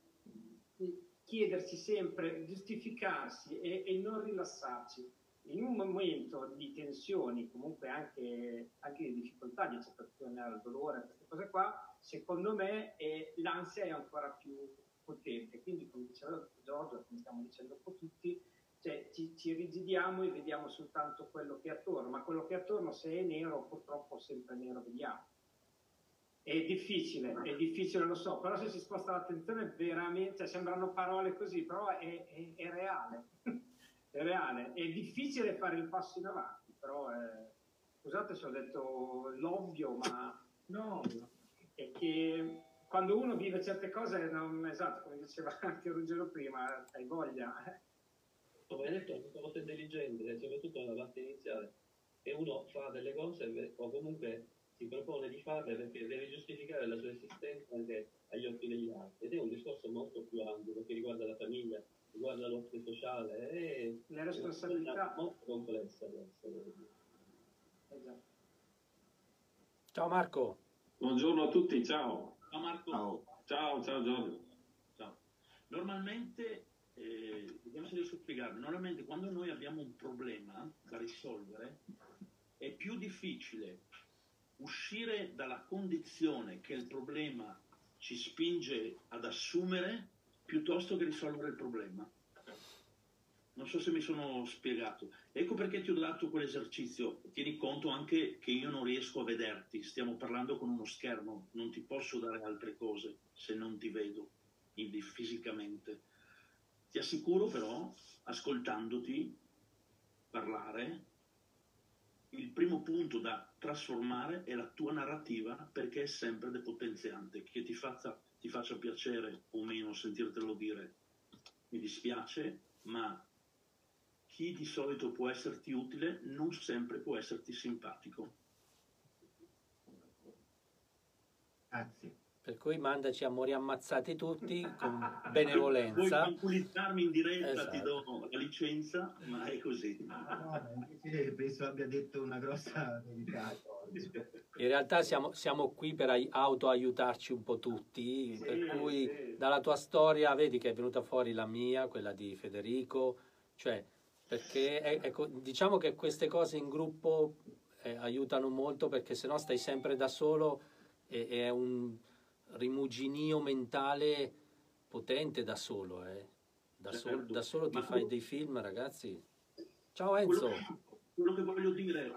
chiedersi sempre, giustificarsi e non rilassarsi in un momento di tensioni, comunque anche di difficoltà, di accettazione al dolore, queste cose qua, secondo me l'ansia è ancora più potente. Quindi, come diceva Giorgio, come stiamo dicendo un po' tutti, cioè ci rigidiamo e vediamo soltanto quello che è attorno, ma quello che è attorno, se è nero, purtroppo sempre nero vediamo. È difficile, lo so, però se si sposta l'attenzione veramente, cioè, sembrano parole così, però è reale. È reale, è difficile fare il passo in avanti, però scusate se ho detto l'ovvio, ma no, è che quando uno vive certe cose, esatto, come diceva anche Ruggero prima, hai voglia. Come hai detto, è una cosa intelligente, soprattutto nella parte iniziale, e uno fa delle cose o comunque si propone di farle perché deve giustificare la sua esistenza anche agli occhi degli altri, ed è un discorso molto più ampio perché riguarda la famiglia, riguarda l'ordine sociale e le responsabilità molto complessa. Esatto. Ciao Marco. Buongiorno a tutti, ciao. Ciao Marco. Ciao Giorgio. Ciao. Normalmente, vediamo se riesco a spiegarmi, normalmente quando noi abbiamo un problema da risolvere è più difficile uscire dalla condizione che il problema ci spinge ad assumere piuttosto che risolvere il problema. Non so se mi sono spiegato. Ecco perché ti ho dato quell'esercizio. Tieni conto anche che io non riesco a vederti, stiamo parlando con uno schermo, non ti posso dare altre cose se non ti vedo fisicamente. Ti assicuro però, ascoltandoti parlare, il primo punto da trasformare è la tua narrativa, perché è sempre depotenziante. Che ti faccia piacere o meno sentirtelo dire, mi dispiace, ma chi di solito può esserti utile non sempre può esserti simpatico. Grazie. Per cui mandaci amori ammazzati tutti con benevolenza. Puoi tranquillizzarmi in diretta, esatto. Ti do la licenza, ma è così. No, penso abbia detto una grossa verità. In realtà siamo qui per autoaiutarci un po' tutti, sì, per cui sì. Dalla tua storia vedi che è venuta fuori la mia, quella di Federico, cioè perché diciamo che queste cose in gruppo aiutano molto, perché sennò stai sempre da solo e è un rimuginio mentale potente da solo, da solo ti fai dei film, ragazzi. Ciao Enzo. Quello che voglio dire,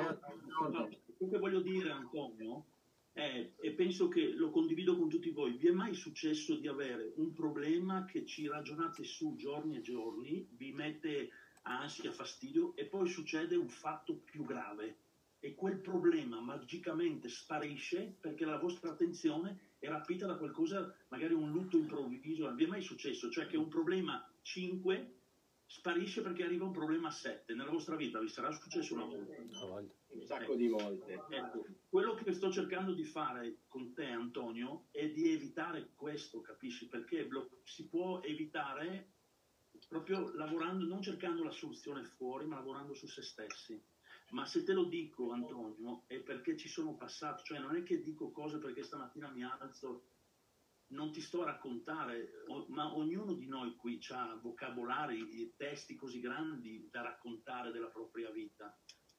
Antonio, e penso che lo condivido con tutti voi, vi è mai successo di avere un problema che ci ragionate su giorni e giorni, vi mette ansia, fastidio, e poi succede un fatto più grave e quel problema magicamente sparisce perché la vostra attenzione è rapita da qualcosa, magari un lutto improvviso? Vi è mai successo? Cioè che un problema 5 sparisce perché arriva un problema 7. Nella vostra vita vi sarà successo una volta? Un sacco di volte. Ecco, quello che sto cercando di fare con te, Antonio, è di evitare questo, capisci? Perché si può evitare proprio lavorando, non cercando la soluzione fuori, ma lavorando su se stessi. Ma se te lo dico, Antonio, è perché ci sono passato, cioè non è che dico cose perché stamattina mi alzo, non ti sto a raccontare, ma ognuno di noi qui ha vocabolari e testi così grandi da raccontare della propria vita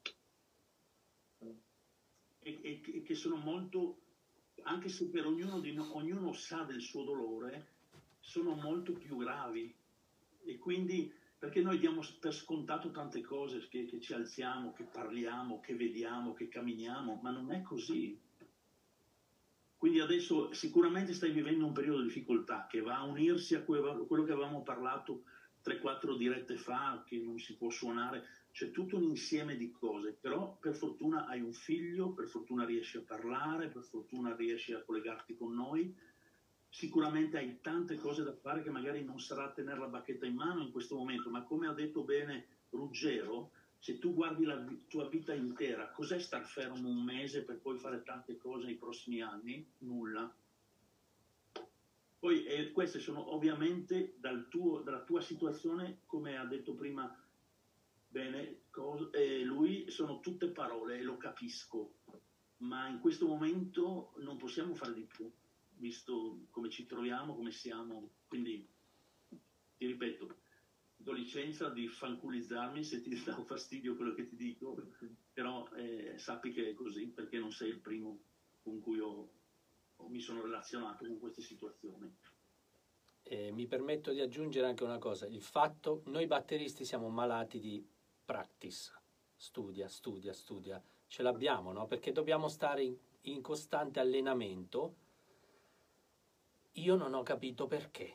e che sono molto, anche se per ognuno di noi, ognuno sa del suo dolore, sono molto più gravi. E quindi, perché noi diamo per scontato tante cose, che ci alziamo, che parliamo, che vediamo, che camminiamo, ma non è così. Quindi adesso sicuramente stai vivendo un periodo di difficoltà che va a unirsi a quello che avevamo parlato 3-4 dirette fa, che non si può suonare. C'è tutto un insieme di cose, però per fortuna hai un figlio, per fortuna riesci a parlare, per fortuna riesci a collegarti con noi. Sicuramente hai tante cose da fare che magari non sarà tenere la bacchetta in mano in questo momento, ma come ha detto bene Ruggero, se tu guardi la tua vita intera, cos'è star fermo un mese per poi fare tante cose nei prossimi anni? Nulla. Poi queste sono ovviamente dalla tua situazione, come ha detto prima bene lui, sono tutte parole e lo capisco, ma in questo momento non possiamo fare di più, visto come ci troviamo, come siamo. Quindi ti ripeto, do licenza di fanculizzarmi se ti dà fastidio quello che ti dico, però sappi che è così, perché non sei il primo con cui mi sono relazionato con queste situazioni. Mi permetto di aggiungere anche una cosa, il fatto, noi batteristi siamo malati di practice, studia, ce l'abbiamo, no? Perché dobbiamo stare in costante allenamento. Io non ho capito perché.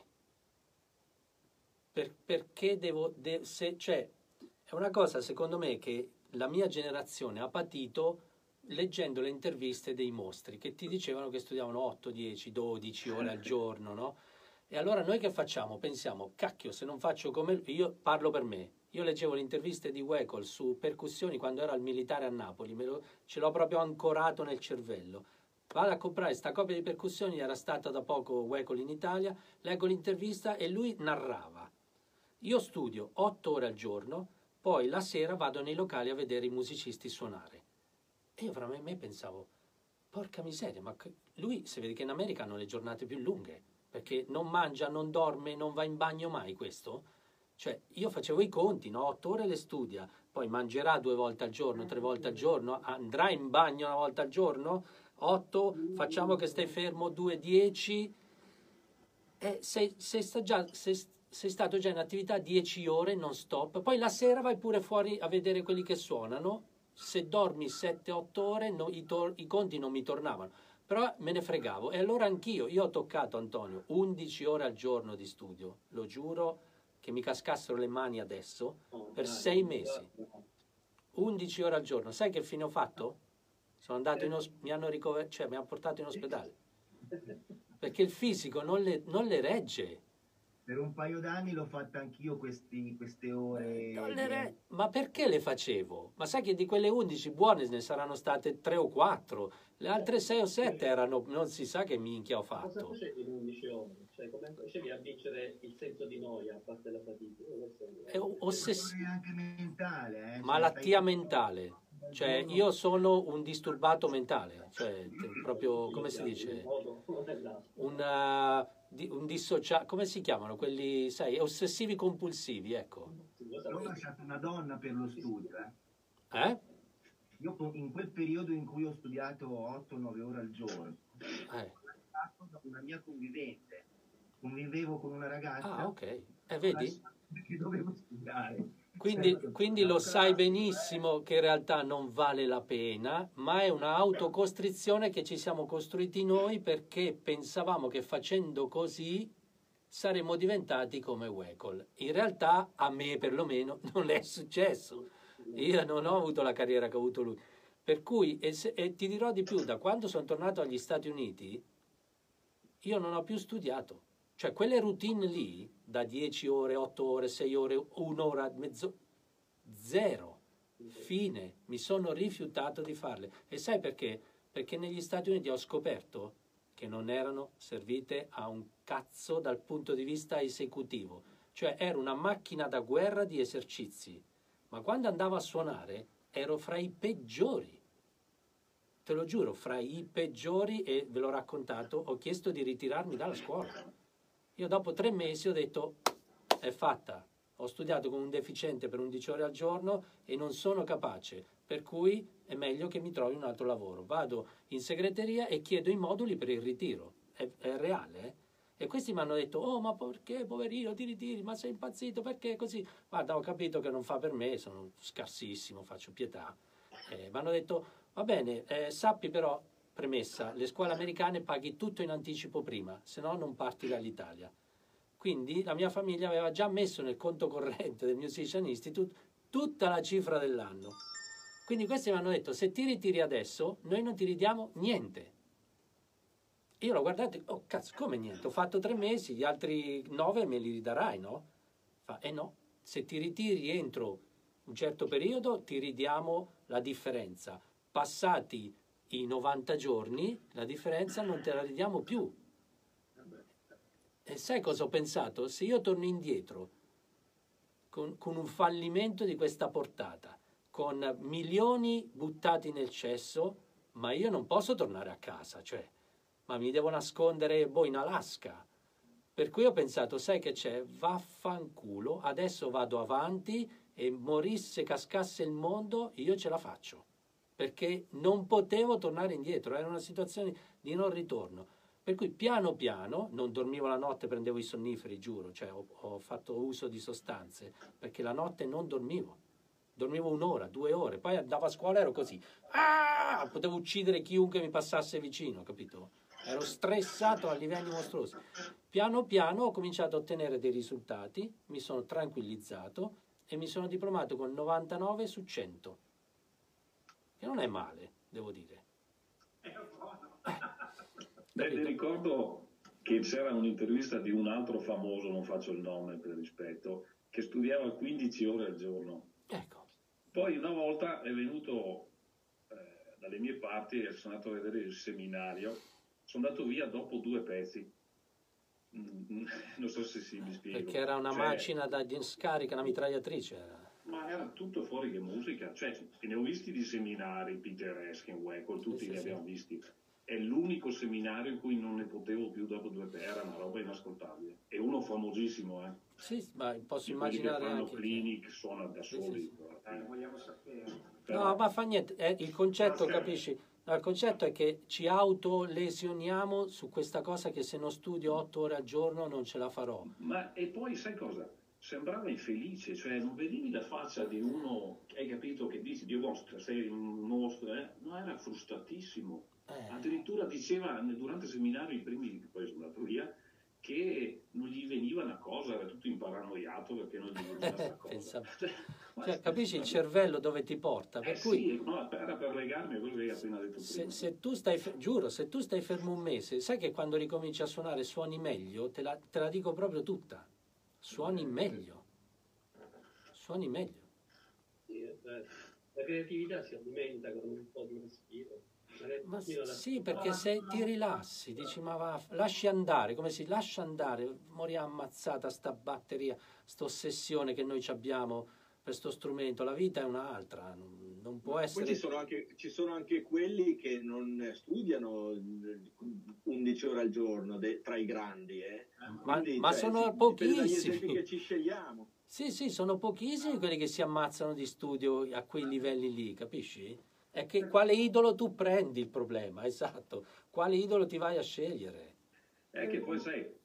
Perché cioè, è una cosa secondo me che la mia generazione ha patito leggendo le interviste dei mostri che ti dicevano che studiavano 8, 10, 12 ore al giorno, no? E allora noi che facciamo? Pensiamo, cacchio, se non faccio come... Io parlo per me. Io leggevo le interviste di Wacol su percussioni quando ero al militare a Napoli, ce l'ho proprio ancorato nel cervello. Vado a comprare sta copia di percussioni, era stata da poco Wacol in Italia, leggo l'intervista e lui narrava. Io studio 8 ore al giorno, poi la sera vado nei locali a vedere i musicisti suonare. E io fra me pensavo, porca miseria, ma lui si vede che in America hanno le giornate più lunghe, perché non mangia, non dorme, non va in bagno mai questo. Cioè, io facevo i conti, no? 8 ore le studia, poi mangerà 2 volte al giorno, 3 volte al giorno, andrà in bagno 1 volta al giorno, 8, facciamo che stai fermo 2, 10, sei stato già in attività 10 ore non stop, poi la sera vai pure fuori a vedere quelli che suonano, se dormi 7-8 ore i conti non mi tornavano, però me ne fregavo. E allora io ho toccato, Antonio, 11 ore al giorno di studio, lo giuro che mi cascassero le mani adesso, per 6 mesi, 11 ore al giorno. Sai che fine ho fatto? Sono andato mi hanno mi hanno portato in ospedale, perché il fisico non le regge. Per un paio d'anni l'ho fatta anch'io queste ore. Ma perché le facevo? Ma sai che di quelle 11 buone ne saranno state 3 o 4, le altre 6 o 7 erano, non si sa che minchia ho fatto. Cosa facevi in 11 ore? Cioè, come facevi a vincere il senso di noia, a parte la fatica? È anche mentale. Malattia mentale. Cioè, io sono un disturbato mentale, cioè, proprio, come si dice? Un dissociato, come si chiamano quelli, sai, ossessivi compulsivi, ecco. Ho lasciato una donna per lo studio, Io in quel periodo in cui ho studiato 8-9 ore al giorno, ho lasciato da una mia convivente, convivevo con una ragazza. Ah, ok. Vedi? Perché dovevo studiare. Quindi lo sai benissimo che in realtà non vale la pena, ma è una autocostrizione che ci siamo costruiti noi perché pensavamo che facendo così saremmo diventati come Wacol. In realtà a me perlomeno non è successo. Io non ho avuto la carriera che ha avuto lui. Per cui, e ti dirò di più, da quando sono tornato agli Stati Uniti, io non ho più studiato. Cioè, quelle routine lì, da 10 ore, 8 ore, 6 ore, un'ora, zero. Fine. Mi sono rifiutato di farle. E sai perché? Perché negli Stati Uniti ho scoperto che non erano servite a un cazzo dal punto di vista esecutivo. Cioè, era una macchina da guerra di esercizi. Ma quando andavo a suonare, ero fra i peggiori. Te lo giuro, fra i peggiori, e ve l'ho raccontato, ho chiesto di ritirarmi dalla scuola. Io dopo 3 mesi ho detto, è fatta, ho studiato come un deficiente per 11 ore al giorno e non sono capace, per cui è meglio che mi trovi un altro lavoro. Vado in segreteria e chiedo i moduli per il ritiro, è reale, eh? E questi mi hanno detto, oh ma perché poverino ti ritiri, ma sei impazzito, perché così? Guarda, ho capito che non fa per me, sono scarsissimo, faccio pietà. Mi hanno detto, va bene, sappi però, premessa, le scuole americane paghi tutto in anticipo prima, se no non parti dall'Italia. Quindi la mia famiglia aveva già messo nel conto corrente del Musician Institute tutta la cifra dell'anno. Quindi questi mi hanno detto, se ti ritiri adesso, noi non ti ridiamo niente. Io l'ho guardato e oh cazzo, come niente? Ho fatto 3 mesi, gli altri 9 me li ridarai, no? Fa, no, se ti ritiri entro un certo periodo ti ridiamo la differenza. Passati i 90 giorni, la differenza non te la ridiamo più. E sai cosa ho pensato? Se io torno indietro con un fallimento di questa portata, con milioni buttati nel cesso, ma io non posso tornare a casa, cioè, ma mi devo nascondere in Alaska. Per cui ho pensato, sai che c'è? Vaffanculo, adesso vado avanti e morisse, cascasse il mondo, io ce la faccio. Perché non potevo tornare indietro, era una situazione di non ritorno. Per cui piano piano, non dormivo la notte, prendevo i sonniferi, giuro, cioè ho fatto uso di sostanze, perché la notte non dormivo. Dormivo 1 ora, 2 ore, poi andavo a scuola e ero così. Ah! Potevo uccidere chiunque mi passasse vicino, capito? Ero stressato a livelli mostruosi. Piano piano ho cominciato a ottenere dei risultati, mi sono tranquillizzato e mi sono diplomato con 99 su 100. Che non è male, devo dire. Ti ricordo che c'era un'intervista di un altro famoso, non faccio il nome per rispetto, che studiava 15 ore al giorno. Ecco. Poi una volta è venuto dalle mie parti e sono andato a vedere il seminario, sono andato via dopo 2 pezzi. Non so se mi spiego. Perché era una macchina da scarica, una mitragliatrice. Ma era tutto fuori che musica, cioè ne ho visti di seminari, Peter Eskin, Wacol, tutti li abbiamo visti. È l'unico seminario in cui non ne potevo più dopo 2 pezzi, era una roba inascoltabile. E uno famosissimo, Sì, ma posso di immaginare che fanno anche clinic, suona da soli. Vogliamo sapere. No, ma fa niente, il concetto, capisci? No, il concetto è che ci autolesioniamo su questa cosa che se non studio 8 ore al giorno non ce la farò. Ma e poi sai cosa? Sembrava infelice, cioè non vedevi la faccia di uno, hai capito, che dici Dio vostro, sei un mostro, no, era frustratissimo. Addirittura diceva durante il seminario, i primi che poi sono andato via, che non gli veniva una cosa, era tutto imparanoiato perché non gli veniva questa cosa. Cioè, capisci il cervello dove ti porta? Per cui, sì, no, era per legarmi a quello che hai appena detto prima. Se tu stai, giuro, se tu stai fermo un mese, sai che quando ricominci a suonare suoni meglio? Te la dico proprio tutta. Suoni meglio. Suoni meglio. Sì, la creatività si alimenta con un po' di respiro. Ma sì, perché se ti rilassi, dici ma va, lasci andare, come si lascia andare, morirà ammazzata sta batteria, sta ossessione che noi abbiamo per sto strumento, la vita è un'altra, non può essere... Poi ci sono anche quelli che non studiano 11 ore al giorno tra i grandi, Quindi, ma sono pochissimi. Dagli esempi che ci scegliamo. Sì, sono pochissimi quelli che si ammazzano di studio a quei livelli lì, capisci? È che quale idolo tu prendi il problema, esatto. Quale idolo ti vai a scegliere? È che poi sai,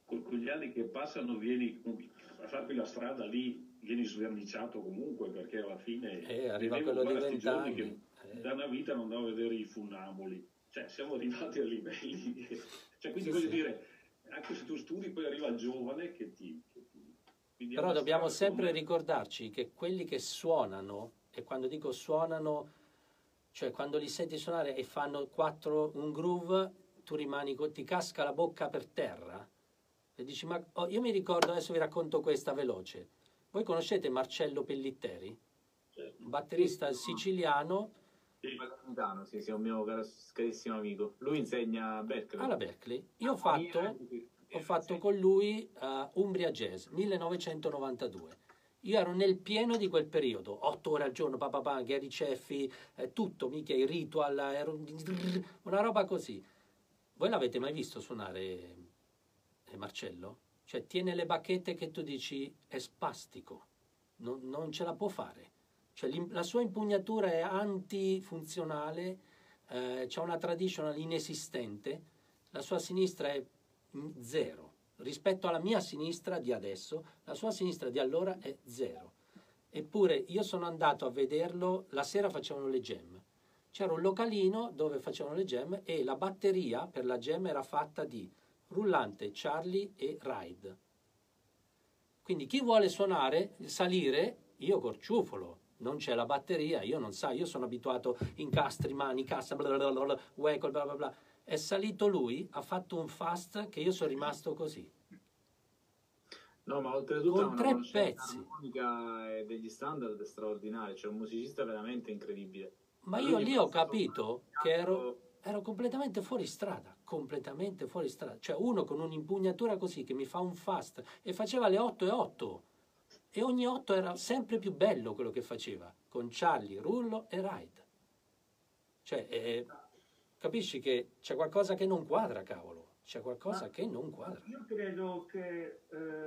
con gli anni che passano vieni a farti la strada lì, vieni sverniciato comunque, perché alla fine arriva quello di 20 anni che da una vita non andavo a vedere i funnamoli, cioè siamo arrivati a livelli cioè, quindi voglio dire, anche se tu studi poi arriva il giovane che ti però dobbiamo sempre ricordarci che quelli che suonano, e quando dico suonano, cioè quando li senti suonare e fanno un groove, tu rimani, ti casca la bocca per terra e dici, ma io mi ricordo, adesso vi racconto questa veloce. Voi conoscete Marcello Pellitteri? Certo. Un batterista siciliano. Sì, è un mio carissimo amico. Lui insegna a Berkeley. Alla Berkeley. Io ho fatto con lui Umbria Jazz, 1992. Io ero nel pieno di quel periodo, 8 ore al giorno, Gary Ceffi, tutto, mica i Ritual, una roba così. Voi l'avete mai visto suonare Marcello? Cioè tiene le bacchette che tu dici è spastico, non ce la può fare. Cioè, la sua impugnatura è antifunzionale, c'è una traditional inesistente, la sua sinistra è zero. Rispetto alla mia sinistra di adesso, la sua sinistra di allora è zero. Eppure io sono andato a vederlo, la sera facevano le jam. C'era un localino dove facevano le jam e la batteria per la jam era fatta di rullante, Charlie e ride. Quindi chi vuole suonare, salire, io col ciufolo. Non c'è la batteria, io non so, io sono abituato incastri, mani, cassa, wackel, bla bla bla. È salito lui, ha fatto un fast che io sono rimasto così. No, ma oltretutto con 3 pezzi. L'armonica e degli standard straordinari, c'è un musicista veramente incredibile. Ma io lì ho capito che ero completamente fuori strada, Cioè uno con un'impugnatura così che mi fa un fast e faceva le 8/8. E ogni 8 era sempre più bello quello che faceva, con Charlie, Rullo e Ride. Cioè, capisci che c'è qualcosa che non quadra, cavolo. C'è qualcosa che non quadra. Io credo che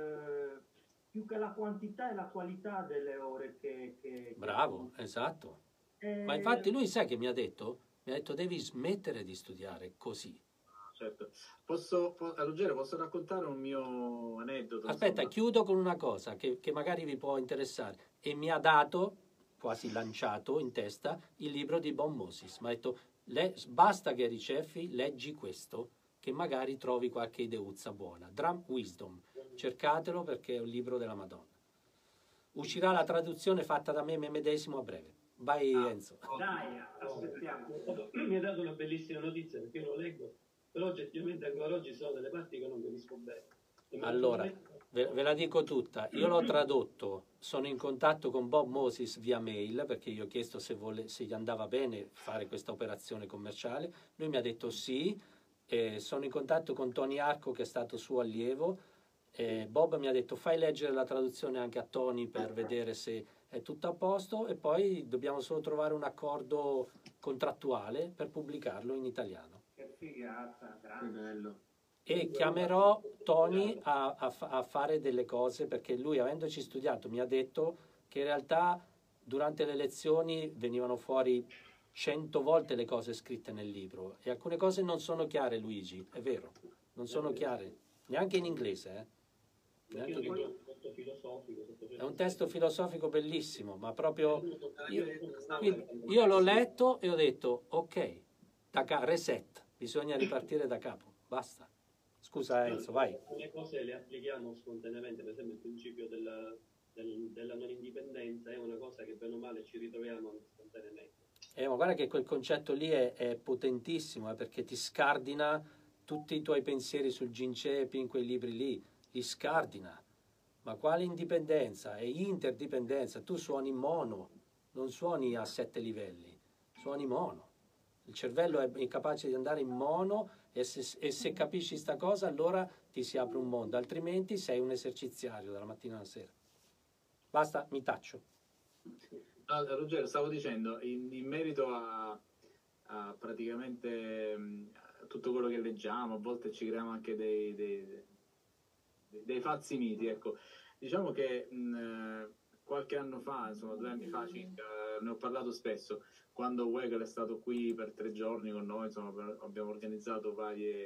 più che la quantità è la qualità delle ore che Bravo, esatto. Ma infatti lui sai che mi ha detto? Mi ha detto devi smettere di studiare così. Certo. Ruggero, posso raccontare un mio aneddoto? Aspetta, insomma. Chiudo con una cosa che magari vi può interessare. E mi ha dato, quasi lanciato in testa, il libro di Bob Moses. Mi ha detto, basta Gary Ceffi, leggi questo, che magari trovi qualche ideuzza buona. Drum Wisdom. Cercatelo perché è un libro della Madonna. Uscirà la traduzione fatta da me medesimo a breve. Vai Enzo. Dai, aspettiamo. Mi ha dato una bellissima notizia perché io lo leggo. Però oggettivamente ancora oggi sono delle parti che non capisco bene. Allora, ve la dico tutta. Io l'ho tradotto, sono in contatto con Bob Moses via mail, perché io ho chiesto se gli andava bene fare questa operazione commerciale. Lui mi ha detto sì, sono in contatto con Tony Arco, che è stato suo allievo. Bob mi ha detto fai leggere la traduzione anche a Tony per vedere se è tutto a posto e poi dobbiamo solo trovare un accordo contrattuale per pubblicarlo in italiano. Figata, che bello. E chiamerò Tony a fare delle cose perché lui, avendoci studiato, mi ha detto che in realtà durante le lezioni venivano fuori 100 volte le cose scritte nel libro e alcune cose non sono chiare, Luigi, è vero, non sono chiare neanche in inglese. È un testo filosofico bellissimo, ma proprio io l'ho letto e ho detto ok, reset. Bisogna ripartire da capo, basta. Scusa Enzo, vai. Le cose le applichiamo spontaneamente, per esempio il principio della non indipendenza è una cosa che bene o male ci ritroviamo spontaneamente. Ma guarda che quel concetto lì è potentissimo, perché ti scardina tutti i tuoi pensieri sul Gincepi, in quei libri lì, li scardina. Ma quale indipendenza? È interdipendenza. Tu suoni mono, non suoni a 7 livelli, suoni mono. Il cervello è incapace di andare in mono e se capisci sta cosa allora ti si apre un mondo, altrimenti sei un eserciziario dalla mattina alla sera. Basta, mi taccio. Ruggero, stavo dicendo, in merito a praticamente tutto quello che leggiamo, a volte ci creiamo anche dei falsi miti, ecco. Diciamo che qualche anno fa, insomma 2 anni fa circa, ne ho parlato spesso, quando Wegel è stato qui per 3 giorni con noi, insomma abbiamo organizzato varie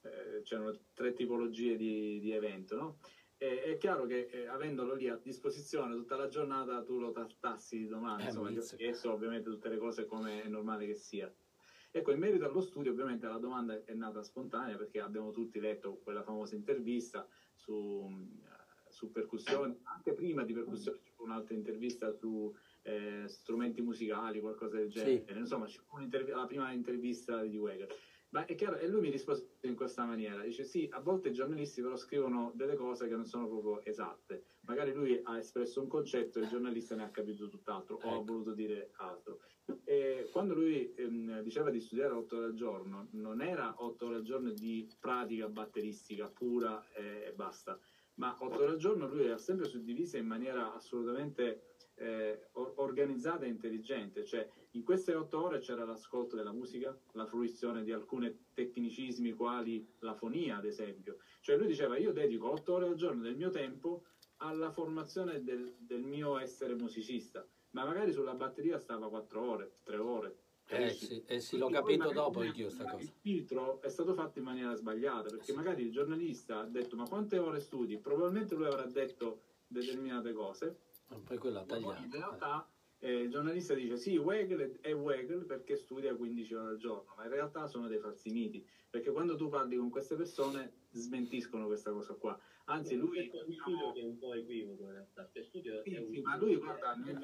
c'erano 3 tipologie di evento, no? È chiaro che avendolo lì a disposizione tutta la giornata tu lo tassi di domanda, insomma, gli ho chiesto ovviamente tutte le cose come è normale che sia. Ecco, in merito allo studio ovviamente la domanda è nata spontanea perché abbiamo tutti letto quella famosa intervista su percussione, anche prima di percussione c'è un'altra intervista su strumenti musicali, qualcosa del genere, sì. Insomma c'è la prima intervista di Weigl. Ma è chiaro, e lui mi rispose in questa maniera, dice sì, a volte i giornalisti però scrivono delle cose che non sono proprio esatte, magari lui ha espresso un concetto e il giornalista ne ha capito tutt'altro o ha voluto dire altro. E quando lui diceva di studiare 8 ore al giorno, non era 8 ore al giorno di pratica batteristica pura e basta, ma 8 ore al giorno lui le ha sempre suddivise in maniera assolutamente organizzata e intelligente, cioè in queste 8 ore c'era l'ascolto della musica, la fruizione di alcuni tecnicismi quali la fonia ad esempio, cioè lui diceva io dedico 8 ore al giorno del mio tempo alla formazione del mio essere musicista, ma magari sulla batteria stava 4 ore, 3 ore. Sì, l'ho capito dopo anch'io sta cosa. Il filtro è stato fatto in maniera sbagliata, perché magari il giornalista ha detto ma quante ore studi? Probabilmente lui avrà detto determinate cose, poi quello ha tagliato. In realtà il giornalista dice sì, Weigl è Weigl perché studia 15 ore al giorno, ma in realtà sono dei falsi miti, perché quando tu parli con queste persone smentiscono questa cosa qua. Anzi, lui è un studio che è un po' equivoco in realtà, cioè studio sì, ma lui guarda, non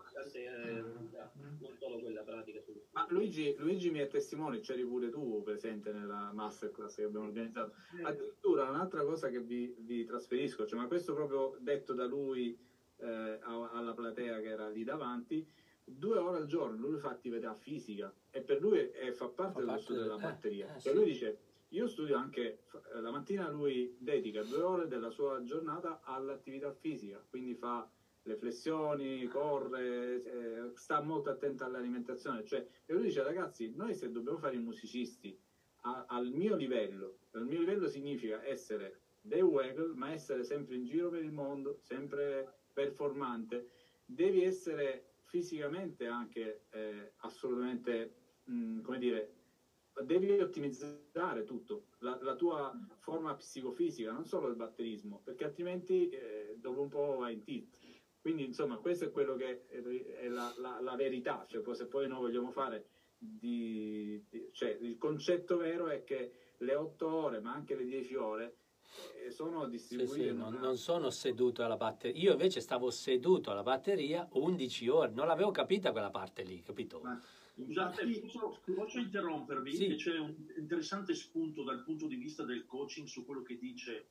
solo quella pratica ma Luigi mi è testimone, c'eri pure tu presente nella masterclass che abbiamo organizzato. Addirittura un'altra cosa che vi trasferisco, cioè, ma questo proprio detto da lui alla platea che era lì davanti, 2 ore al giorno lui fa attività fisica e per lui fa parte dello studio della batteria. Cioè lui dice io studio anche la mattina, lui dedica 2 ore della sua giornata all'attività fisica, quindi fa le flessioni, corre, sta molto attento all'alimentazione, cioè, e lui dice ragazzi, noi se dobbiamo fare i musicisti al mio livello significa essere dei Weigl, ma essere sempre in giro per il mondo, sempre performante, devi essere fisicamente anche assolutamente, come dire, devi ottimizzare tutto, la tua forma psicofisica, non solo il batterismo, perché altrimenti dopo un po' vai in tilt. Quindi insomma questo è quello che è la verità, cioè se poi noi vogliamo fare cioè il concetto vero è che le 8 ore ma anche le 10 ore sono distribuite. Sì, non sono seduto alla batteria, io invece stavo seduto alla batteria 11 ore, non l'avevo capita quella parte lì, capito? Scusate, posso interrompervi? Sì. C'è un interessante spunto dal punto di vista del coaching su quello che dice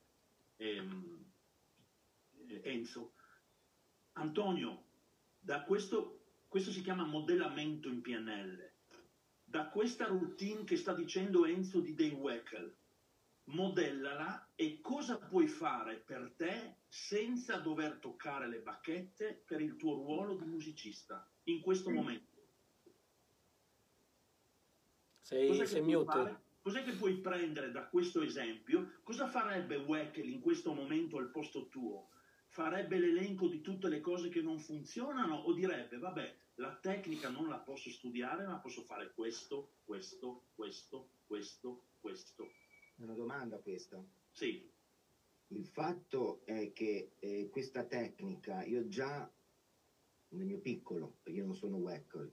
Enzo. Antonio, da questo si chiama modellamento in PNL. Da questa routine che sta dicendo Enzo di Dave Weckl, modellala e cosa puoi fare per te senza dover toccare le bacchette per il tuo ruolo di musicista in questo momento. Sei mute. Cos'è che puoi prendere da questo esempio? Cosa farebbe Weckl in questo momento al posto tuo? Farebbe l'elenco di tutte le cose che non funzionano o direbbe vabbè, la tecnica non la posso studiare ma posso fare questo. Una domanda questa. Sì. Il fatto è che questa tecnica io già nel mio piccolo, perché io non sono Weckl,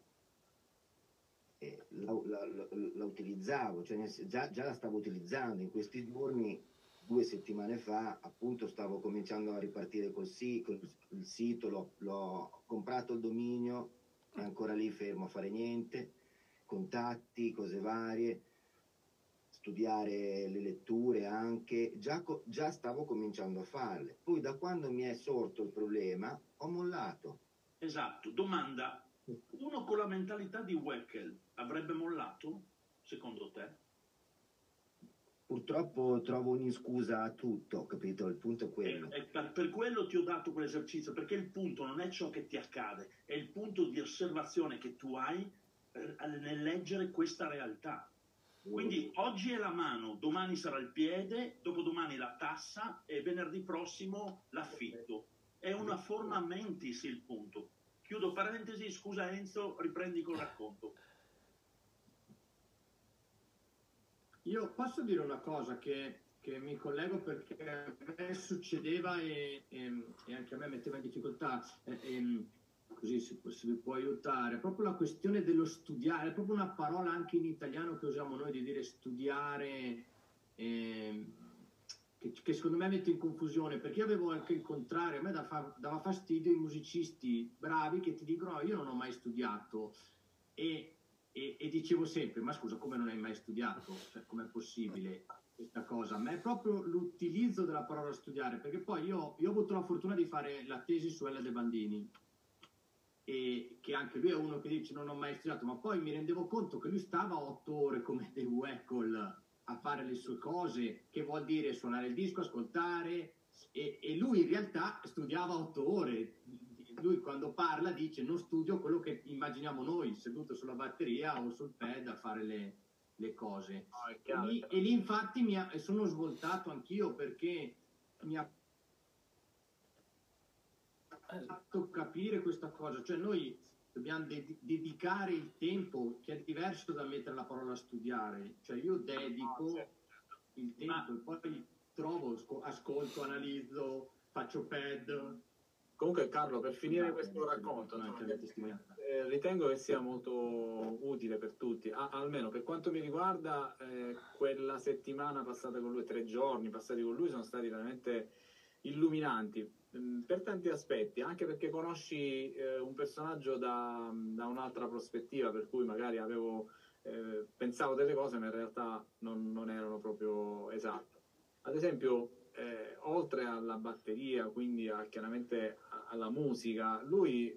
la utilizzavo, cioè già la stavo utilizzando in questi giorni. 2 settimane fa appunto stavo cominciando a ripartire col sito, l'ho comprato il dominio, è ancora lì fermo a fare niente, contatti, cose varie, studiare le letture anche, già stavo cominciando a farle. Poi da quando mi è sorto il problema ho mollato. Esatto, domanda, uno con la mentalità di Weckl avrebbe mollato, secondo te? Purtroppo trovo ogni scusa a tutto, capito? Il punto è quello. Per quello ti ho dato quell'esercizio, perché il punto non è ciò che ti accade, è il punto di osservazione che tu hai nel leggere questa realtà. Quindi oggi è la mano, domani sarà il piede, dopodomani la tassa e venerdì prossimo l'affitto. È una forma mentis il punto. Chiudo parentesi, scusa Enzo, riprendi col racconto. Io posso dire una cosa che mi collego perché a me succedeva e anche a me metteva in difficoltà, così si vi può aiutare. Proprio la questione dello studiare, è proprio una parola anche in italiano che usiamo noi di dire studiare, che secondo me mette in confusione, perché io avevo anche il contrario, a me dava fastidio i musicisti bravi che ti dicono io non ho mai studiato e dicevo sempre, ma scusa, come non hai mai studiato? Cioè, com'è possibile questa cosa? Ma è proprio l'utilizzo della parola studiare, perché poi io ho avuto la fortuna di fare la tesi su Ella De Bandini, e che anche lui è uno che dice non ho mai studiato, ma poi mi rendevo conto che lui stava 8 ore come Dave Weckl a fare le sue cose, che vuol dire suonare il disco, ascoltare, e lui in realtà studiava 8 ore. Lui quando parla dice non studio quello che immaginiamo noi, seduto sulla batteria o sul pad a fare le cose. E lì infatti sono svoltato anch'io, perché mi ha fatto capire questa cosa, cioè noi dobbiamo dedicare il tempo, che è diverso da mettere la parola studiare, cioè io dedico il tempo e poi trovo, ascolto, analizzo, faccio pad. Comunque Carlo, per finire questo racconto, ritengo che sia molto utile per tutti, almeno per quanto mi riguarda, quella settimana passata con lui, 3 giorni passati con lui sono stati veramente illuminanti per tanti aspetti, anche perché conosci un personaggio da un'altra prospettiva, per cui magari pensavo delle cose ma in realtà non erano proprio esatte. Ad esempio, oltre alla batteria, quindi chiaramente alla musica, lui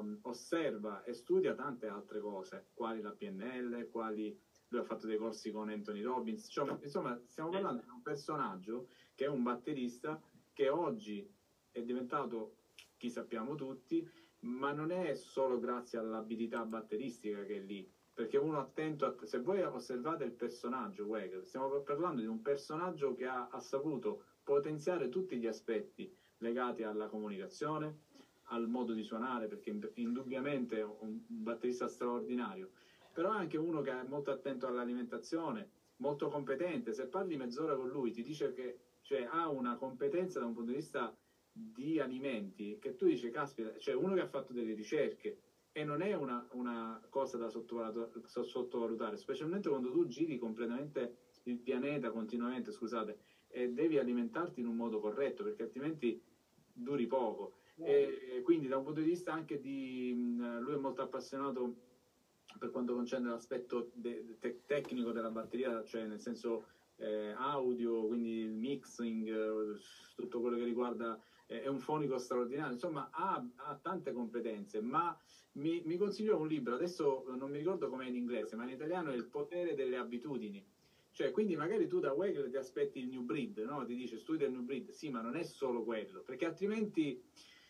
osserva e studia tante altre cose, quali la PNL, lui ha fatto dei corsi con Anthony Robbins, cioè, insomma stiamo parlando di un personaggio che è un batterista che oggi è diventato chi sappiamo tutti, ma non è solo grazie all'abilità batteristica che è lì, perché uno attento, se voi osservate il personaggio Weckl, stiamo parlando di un personaggio che ha saputo potenziare tutti gli aspetti legati alla comunicazione, al modo di suonare, perché indubbiamente è un batterista straordinario, però è anche uno che è molto attento all'alimentazione, molto competente. Se parli mezz'ora con lui ti dice che ha una competenza da un punto di vista di alimenti che tu dici caspita, cioè uno che ha fatto delle ricerche, e non è una cosa da sottovalutare, specialmente quando tu giri completamente il pianeta continuamente, scusate, e devi alimentarti in un modo corretto, perché altrimenti duri poco. E quindi da un punto di vista anche lui è molto appassionato per quanto concerne l'aspetto tecnico della batteria, cioè nel senso audio, quindi il mixing, tutto quello che riguarda, è un fonico straordinario, insomma ha tante competenze, ma mi consiglio un libro, adesso non mi ricordo com'è in inglese, ma in italiano è Il potere delle abitudini. Cioè, quindi magari tu da Weckl ti aspetti il New Breed, no? Ti dice studia il New Breed, sì, ma non è solo quello, perché altrimenti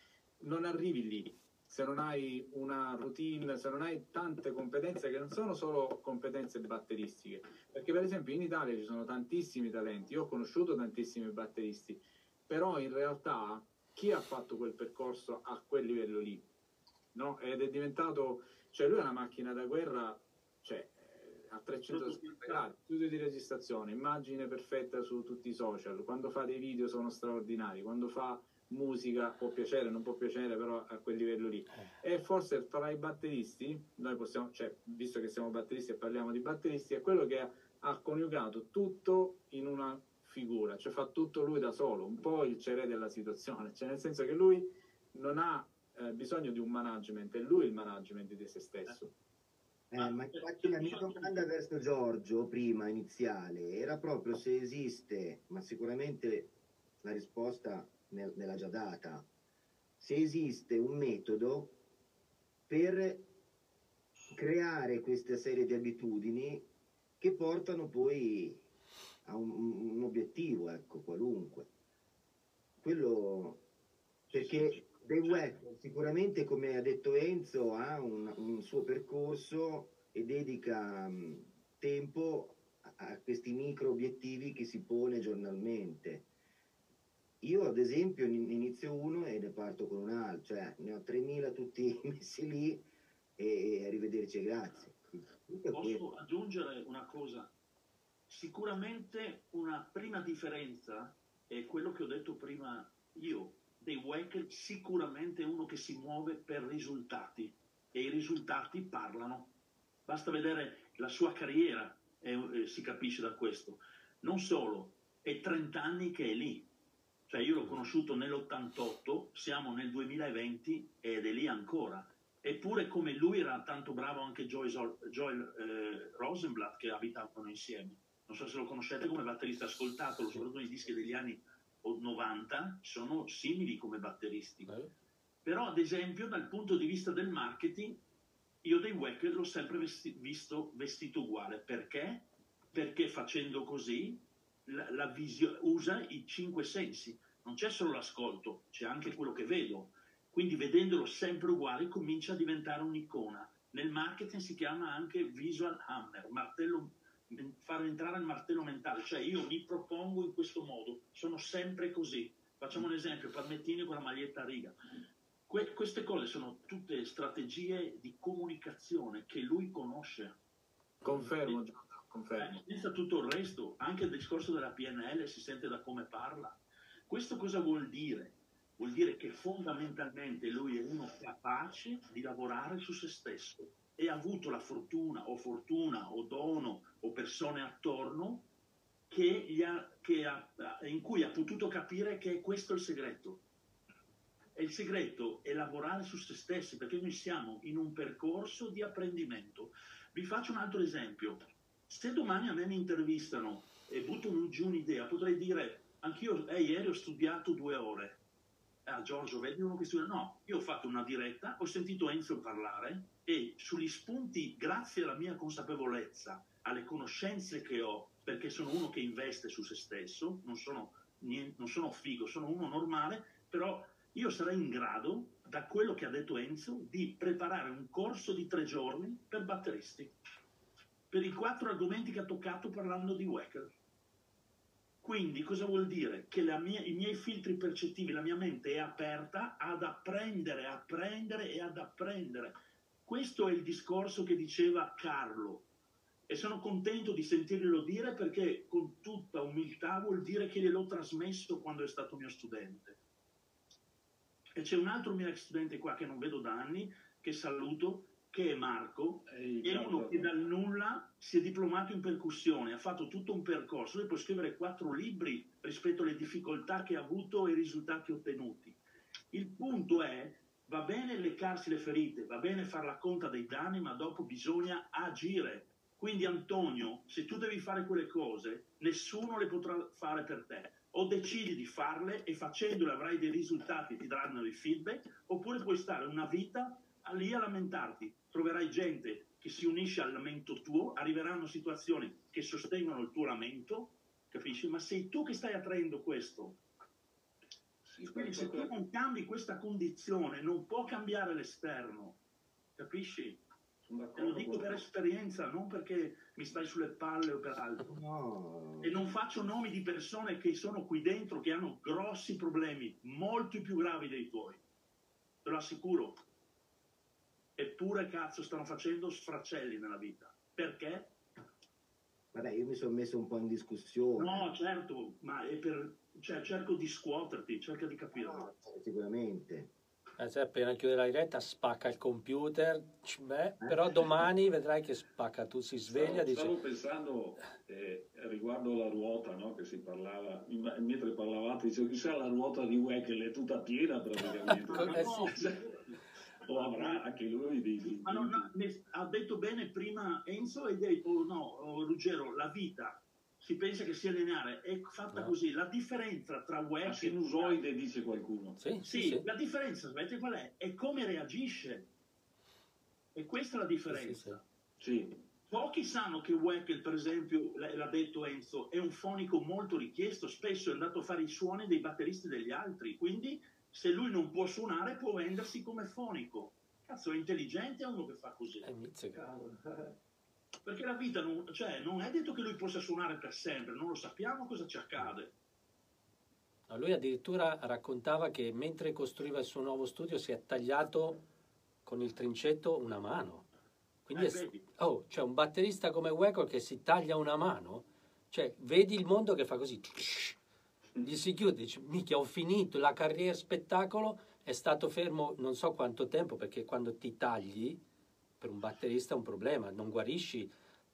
non arrivi lì. Se non hai una routine, se non hai tante competenze che non sono solo competenze batteristiche, perché per esempio in Italia ci sono tantissimi talenti, io ho conosciuto tantissimi batteristi, però in realtà chi ha fatto quel percorso a quel livello lì, no? Ed è diventato, cioè lui è una macchina da guerra, cioè a 360 gradi, studio di registrazione, immagine perfetta su tutti i social, quando fa dei video sono straordinari, quando fa musica può piacere, non può piacere, però a quel livello lì. E forse tra i batteristi, noi possiamo, cioè, visto che siamo batteristi e parliamo di batteristi, è quello che ha coniugato tutto in una figura, cioè fa tutto lui da solo, un po' il ceré della situazione, cioè nel senso che lui non ha bisogno di un management, è lui il management di se stesso. Ma infatti la mia domanda verso Giorgio, prima iniziale, era proprio se esiste, ma sicuramente la risposta me l'ha già data, se esiste un metodo per creare questa serie di abitudini che portano poi a un obiettivo, ecco, qualunque. Quello, perché Dave Weckl sicuramente, come ha detto Enzo, ha un suo percorso e dedica tempo a questi micro obiettivi che si pone giornalmente. Io ad esempio ne inizio uno e ne parto con un altro, cioè ne ho 3.000 tutti messi lì e arrivederci e grazie. Posso aggiungere una cosa? sicuramente una prima differenza è quello che ho detto prima io. Dei Weckl sicuramente è uno che si muove per risultati e i risultati parlano. Basta vedere la sua carriera e si capisce da questo. Non solo, è 30 anni che è lì. Cioè io l'ho conosciuto nell'88, siamo nel 2020 ed è lì ancora. Eppure come lui era tanto bravo anche Joel Rosenblatt, che abitavano insieme. Non so se lo conoscete come batterista ascoltato, soprattutto i dischi degli anni 90 sono simili come batteristi. Però ad esempio dal punto di vista del marketing io dei Weckl l'ho sempre visto vestito uguale. Perché? Perché facendo così usa i 5 sensi, non c'è solo l'ascolto, c'è anche quello che vedo, quindi vedendolo sempre uguale comincia a diventare un'icona. Nel marketing si chiama anche visual hammer, far entrare il martello mentale, cioè io mi propongo in questo modo, sono sempre così. Facciamo un esempio, Parmettini con la maglietta a riga. Queste cose sono tutte strategie di comunicazione che lui conosce. Confermo. Senza tutto il resto, anche il discorso della PNL si sente da come parla. Questo cosa vuol dire? Vuol dire che fondamentalmente lui è uno capace di lavorare su se stesso e ha avuto la fortuna o dono o persone attorno in cui ha potuto capire che questo è il segreto. E il segreto è lavorare su se stessi, perché noi siamo in un percorso di apprendimento. Vi faccio un altro esempio. Se domani a me mi intervistano e buttano giù un'idea, potrei dire, anch'io ieri ho studiato 2 ore. Giorgio, vedi uno che studia? No, io ho fatto una diretta, ho sentito Enzo parlare e sugli spunti, grazie alla mia consapevolezza, alle conoscenze che ho, perché sono uno che investe su se stesso, non sono figo, sono uno normale, però io sarei in grado, da quello che ha detto Enzo, di preparare un corso di 3 giorni per batteristi, per i 4 argomenti che ha toccato parlando di Weckl. Quindi cosa vuol dire? Che i miei filtri percettivi, la mia mente è aperta ad apprendere e ad apprendere. Questo è il discorso che diceva Carlo e sono contento di sentirglielo dire, perché con tutta umiltà vuol dire che gliel'ho trasmesso quando è stato mio studente. E c'è un altro mio ex studente qua che non vedo da anni, che saluto, che è Marco, è uno che dal nulla si è diplomato in percussione, ha fatto tutto un percorso, lui può scrivere 4 libri rispetto alle difficoltà che ha avuto e i risultati ottenuti. Il punto è, va bene leccarsi le ferite, va bene fare la conta dei danni, ma dopo bisogna agire. Quindi Antonio, se tu devi fare quelle cose, nessuno le potrà fare per te. O decidi di farle e facendole avrai dei risultati, ti daranno dei feedback, oppure puoi stare una vita lì a lamentarti. Troverai gente che si unisce al lamento tuo, arriveranno situazioni che sostengono il tuo lamento, capisci? Ma sei tu che stai attraendo questo. Quindi se tu non cambi questa condizione, non può cambiare l'esterno, capisci? Te lo dico per esperienza, non perché mi stai sulle palle o per altro. No. E non faccio nomi di persone che sono qui dentro, che hanno grossi problemi, molti più gravi dei tuoi. Te lo assicuro. Eppure, cazzo, stanno facendo sfracelli nella vita. Perché? Vabbè, io mi sono messo un po' in discussione. No, certo, ma è cerco di scuoterti, cerca di capire. No, sicuramente. Se appena chiude la diretta spacca il computer, però domani vedrai che spacca, tu si sveglia. Stavo pensando riguardo la ruota, no? Che si parlava, mentre parlavate, dicevo, chissà la ruota di Weckl è tutta piena praticamente. O avrà anche lui Ma ha detto bene prima Enzo, hai detto Ruggero, la vita si pensa che sia lineare, è fatta così. La differenza tra Weckl e sinusoide, dice qualcuno. Sì, la differenza, sapete qual è? È come reagisce. E questa è la differenza. Sì. Pochi sanno che Weckl, per esempio, l'ha detto Enzo, è un fonico molto richiesto, spesso è andato a fare i suoni dei batteristi degli altri, quindi se lui non può suonare può vendersi come fonico. Cazzo, è intelligente, è uno che fa così. Perché la vita non è detto che lui possa suonare per sempre, non lo sappiamo cosa ci accade. Lui addirittura raccontava che mentre costruiva il suo nuovo studio si è tagliato con il trincetto una mano. Quindi c'è un batterista come Weckl che si taglia una mano, Cioè, vedi il mondo che fa così, gli si chiude, dici, mica ho finito la carriera spettacolo, è stato fermo non so quanto tempo, perché quando ti tagli, per un batterista è un problema, non guarisci.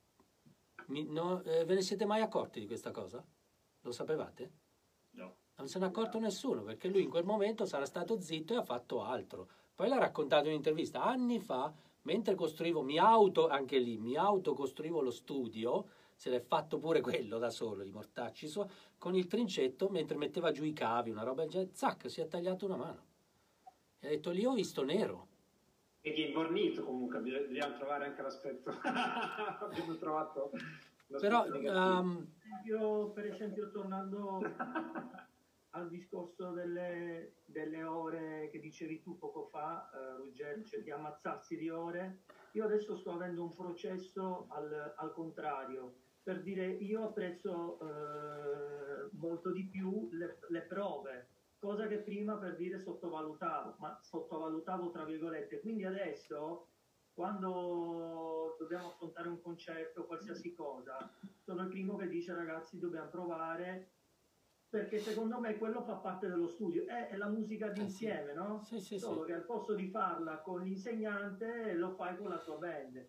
Ve ne siete mai accorti di questa cosa? Lo sapevate? No. Non se n'è accorto nessuno, perché lui in quel momento sarà stato zitto e ha fatto altro. Poi l'ha raccontato in un'intervista anni fa, mentre costruivo, mi autocostruivo lo studio, se l'è fatto pure quello da solo, di mortacci con il trincetto, mentre metteva giù i cavi, una roba del genere, zac, si è tagliato una mano. E ha detto, lì ho visto nero. E di inbornito comunque, dobbiamo trovare anche l'aspetto. Abbiamo trovato l'aspetto però, per esempio, tornando al discorso delle ore che dicevi tu poco fa, Ruggero, cioè di ammazzarsi di ore, io adesso sto avendo un processo al contrario, per dire io apprezzo molto di più le prove, cosa che prima per dire sottovalutavo tra virgolette, quindi adesso quando dobbiamo affrontare un concerto o qualsiasi cosa, sono il primo che dice ragazzi dobbiamo provare, perché secondo me quello fa parte dello studio, è la musica d'insieme, no? Sì, Solo che al posto di farla con l'insegnante lo fai con la tua band.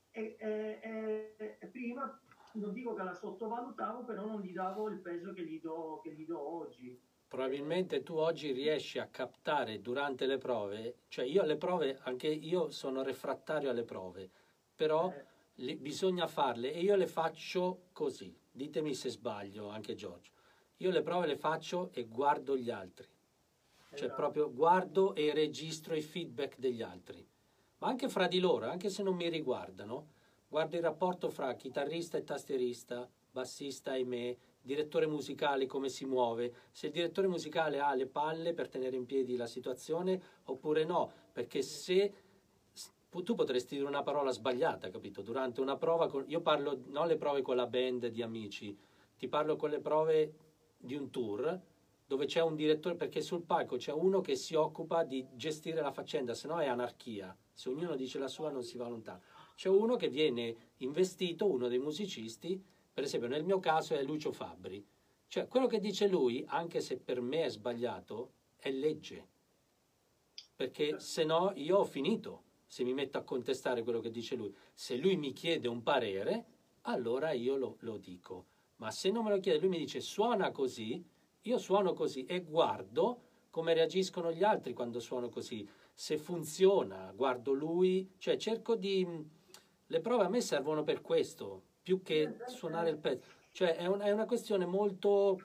E prima non dico che la sottovalutavo, però non gli davo il peso che gli do oggi. Probabilmente tu oggi riesci a captare durante le prove, cioè io alle prove, anche io sono refrattario alle prove, però bisogna farle e io le faccio così, ditemi se sbaglio, anche Giorgio, io le prove le faccio e guardo gli altri, cioè proprio guardo e registro i feedback degli altri, ma anche fra di loro, anche se non mi riguardano, guardo il rapporto fra chitarrista e tastierista, bassista e me, direttore musicale come si muove, se il direttore musicale ha le palle per tenere in piedi la situazione oppure no, perché se tu potresti dire una parola sbagliata, capito? Durante una prova, io parlo non le prove con la band di amici, ti parlo con le prove di un tour dove c'è un direttore, perché sul palco c'è uno che si occupa di gestire la faccenda, se no è anarchia, se ognuno dice la sua non si va lontano. C'è uno che viene investito, uno dei musicisti, per esempio nel mio caso è Lucio Fabbri, cioè quello che dice lui, anche se per me è sbagliato, è legge, perché se no io ho finito se mi metto a contestare quello che dice lui. Se lui mi chiede un parere, allora io lo dico, ma se non me lo chiede, lui mi dice suona così, io suono così e guardo come reagiscono gli altri quando suono così, se funziona, guardo lui, cioè cerco di... le prove a me servono per questo, più che suonare il pezzo, cioè è una questione molto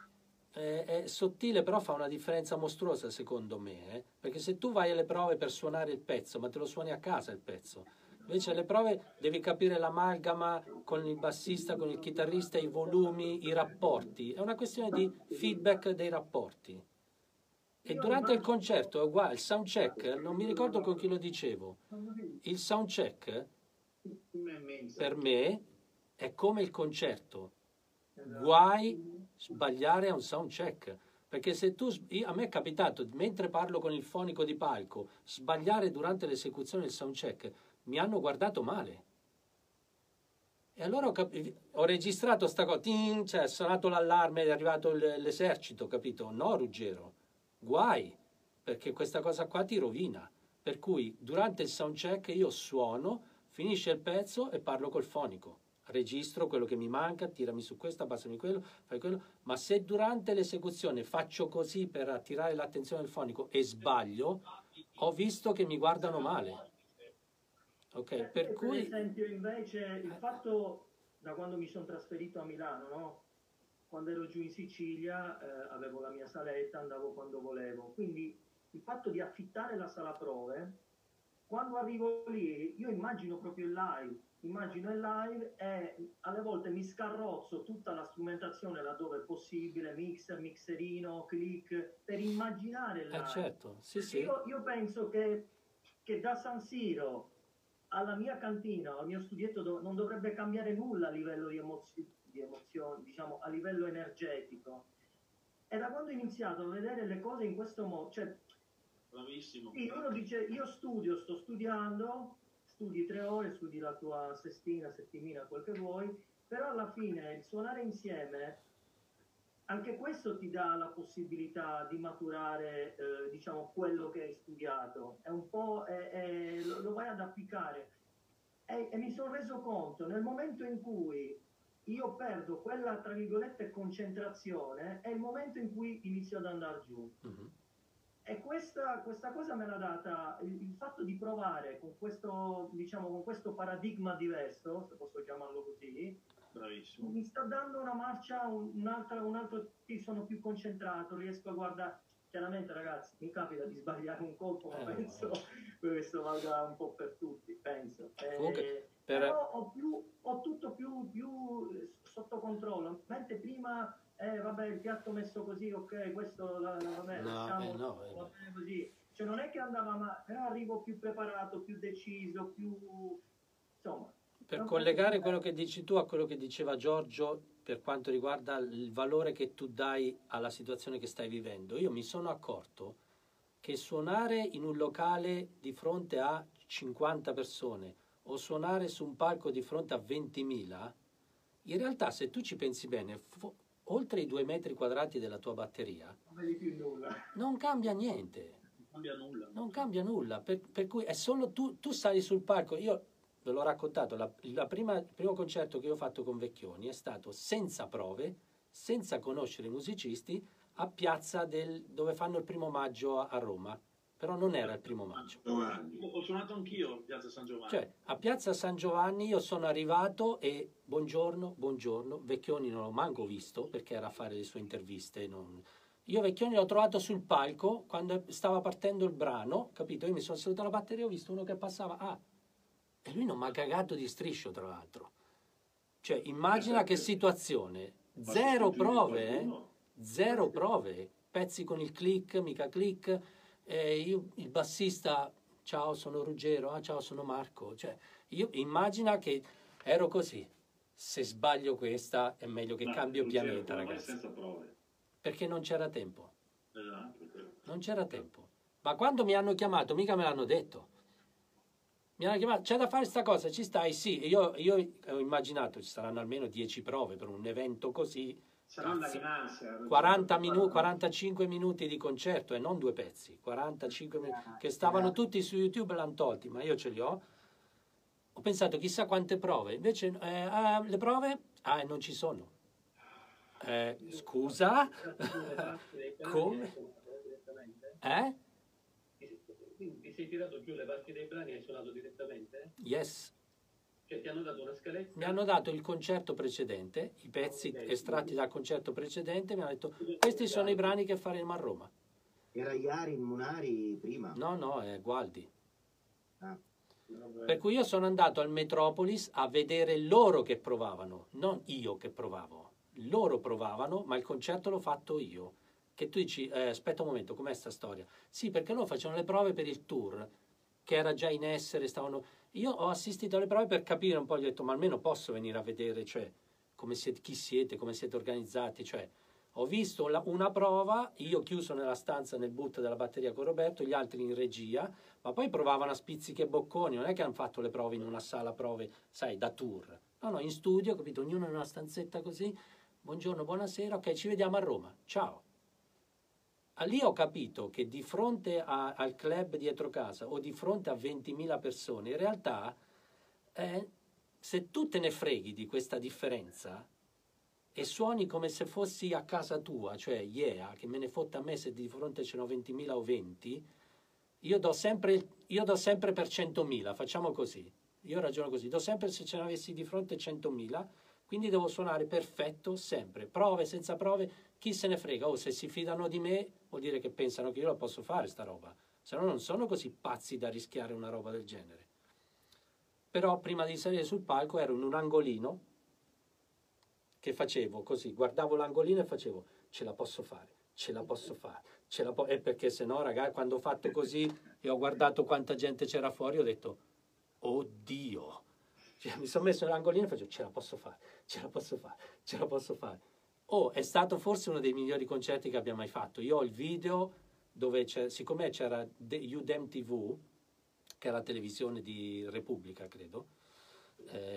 è sottile, però fa una differenza mostruosa secondo me, perché se tu vai alle prove per suonare il pezzo, ma te lo suoni a casa il pezzo, invece alle prove devi capire l'amalgama con il bassista, con il chitarrista, i volumi, i rapporti, è una questione di feedback dei rapporti. E durante il concerto è uguale, il soundcheck, non mi ricordo con chi lo dicevo, il soundcheck per me è come il concerto, guai sbagliare a un soundcheck, perché se tu, a me è capitato, mentre parlo con il fonico di palco, sbagliare durante l'esecuzione del soundcheck, mi hanno guardato male. E allora ho registrato sta cosa, cioè è suonato l'allarme, è arrivato l'esercito, capito? No, Ruggero, guai, perché questa cosa qua ti rovina. Per cui durante il soundcheck io suono, finisce il pezzo e parlo col fonico. Registro quello che mi manca, tirami su questo, abbassami quello, fai quello, ma se durante l'esecuzione faccio così per attirare l'attenzione del fonico e sbaglio, ho visto che mi guardano male. Ok, per cui... Per esempio invece il fatto, da quando mi sono trasferito a Milano, no? Quando ero giù in Sicilia avevo la mia saletta, andavo quando volevo, quindi il fatto di affittare la sala prove, quando arrivo lì io immagino proprio il live e alle volte mi scarrozzo tutta la strumentazione laddove è possibile, mixer, mixerino, click, per immaginare il live. Certo, sì. Io penso che da San Siro alla mia cantina, al mio studietto non dovrebbe cambiare nulla a livello di emozioni, diciamo, a livello energetico. E da quando ho iniziato a vedere le cose in questo modo, cioè, bravissimo. Uno dice, io sto studiando, studi 3 ore, studi la tua sestina, settimina, quel che vuoi, però alla fine il suonare insieme, anche questo ti dà la possibilità di maturare, diciamo, quello che hai studiato, è un po', lo vai ad applicare. E mi sono reso conto, nel momento in cui io perdo quella, tra virgolette, concentrazione, è il momento in cui inizio ad andare giù. E questa cosa me l'ha data il fatto di provare con questo, diciamo, con questo paradigma diverso, se posso chiamarlo così. Bravissimo. Mi sta dando una marcia, un altro, sono più concentrato, riesco a guardare. Chiaramente, ragazzi, mi capita di sbagliare un colpo, ma penso questo valga un po' per tutti, penso. Però ho tutto più sotto controllo, mentre prima, vabbè, il piatto messo così, ok, questo, vabbè, lasciamo così. Cioè, non è che andava male, però arrivo più preparato, più deciso, più, insomma. Per collegare quello che dici tu a quello che diceva Giorgio per quanto riguarda il valore che tu dai alla situazione che stai vivendo, io mi sono accorto che suonare in un locale di fronte a 50 persone o suonare su un palco di fronte a 20.000, in realtà se tu ci pensi bene, oltre i 2 metri quadrati della tua batteria, non vedi più nulla. Non cambia niente. Non cambia nulla. Per cui è solo tu sali sul palco. Io ve l'ho raccontato, il primo concerto che io ho fatto con Vecchioni è stato senza prove, senza conoscere i musicisti, a Piazza dove fanno il 1° maggio a Roma. Però non era il 1° maggio. Ho suonato anch'io a Piazza San Giovanni. Cioè, a Piazza San Giovanni io sono arrivato e buongiorno, Vecchioni non l'ho manco visto perché era a fare le sue interviste. Io Vecchioni l'ho trovato sul palco quando stava partendo il brano, capito? Io mi sono seduto alla batteria e ho visto uno che passava, e lui non mi ha cagato di striscio, tra l'altro. Cioè, immagina che situazione, zero prove, pezzi con il click, mica click, io, il bassista, ciao sono Ruggero, ciao sono Marco, cioè, io immagina che ero così, se sbaglio questa è meglio che cambio pianeta, ragazzi. Senza prove. Perché non c'era tempo. Esatto. Non c'era tempo. Ma quando mi hanno chiamato, mica me l'hanno detto. Mi hanno chiamato, c'è da fare sta cosa, ci stai? Sì, io ho immaginato ci saranno almeno 10 prove per un evento così. Saranno in ansia. 45 minuti di concerto e non 2 pezzi, 45 minuti, che stavano tutti su YouTube e l'hanno tolti, ma io ce li ho. Ho pensato chissà quante prove, invece le prove non ci sono. Scusa? Come? Ti sei tirato giù le parti dei brani e hai suonato direttamente? Yes. Cioè ti hanno dato una scaletta? Mi hanno dato il concerto precedente, i pezzi estratti dal concerto precedente, mi hanno detto questi sono i brani che faremo a Roma. Era Iarin Munari prima? No, è Gualdi. Per cui io sono andato al Metropolis a vedere loro che provavano, non io che provavo. Loro provavano, ma il concerto l'ho fatto io. Che tu dici, aspetta un momento, com'è sta storia? Sì, perché loro facevano le prove per il tour, che era già in essere, Io ho assistito alle prove per capire un po', gli ho detto, ma almeno posso venire a vedere, cioè, chi siete, come siete organizzati, cioè, ho visto una prova, io chiuso nella stanza nel boot della batteria con Roberto, gli altri in regia, ma poi provavano a spizzichi e bocconi, non è che hanno fatto le prove in una sala prove, sai, da tour. No, in studio, capito, ognuno in una stanzetta così, buongiorno, buonasera, ok, ci vediamo a Roma, ciao. Lì ho capito che di fronte al club dietro casa o di fronte a 20.000 persone, in realtà, se tu te ne freghi di questa differenza e suoni come se fossi a casa tua, cioè che me ne fotta a me se di fronte ce n'ho 20.000 o 20, io do sempre per 100.000, facciamo così, io ragiono così, do sempre se ce ne avessi di fronte 100.000, quindi devo suonare perfetto sempre, prove, senza prove, chi se ne frega, se si fidano di me vuol dire che pensano che io la posso fare sta roba, se no non sono così pazzi da rischiare una roba del genere. Però prima di salire sul palco ero in un angolino che facevo così, guardavo l'angolino e facevo ce la posso fare, e perché se no ragazzi quando ho fatto così e ho guardato quanta gente c'era fuori ho detto oddio, cioè, mi sono messo nell'angolino e facevo ce la posso fare. È stato forse uno dei migliori concerti che abbia mai fatto. Io ho il video dove siccome c'era UDEM TV, che è la televisione di Repubblica, credo,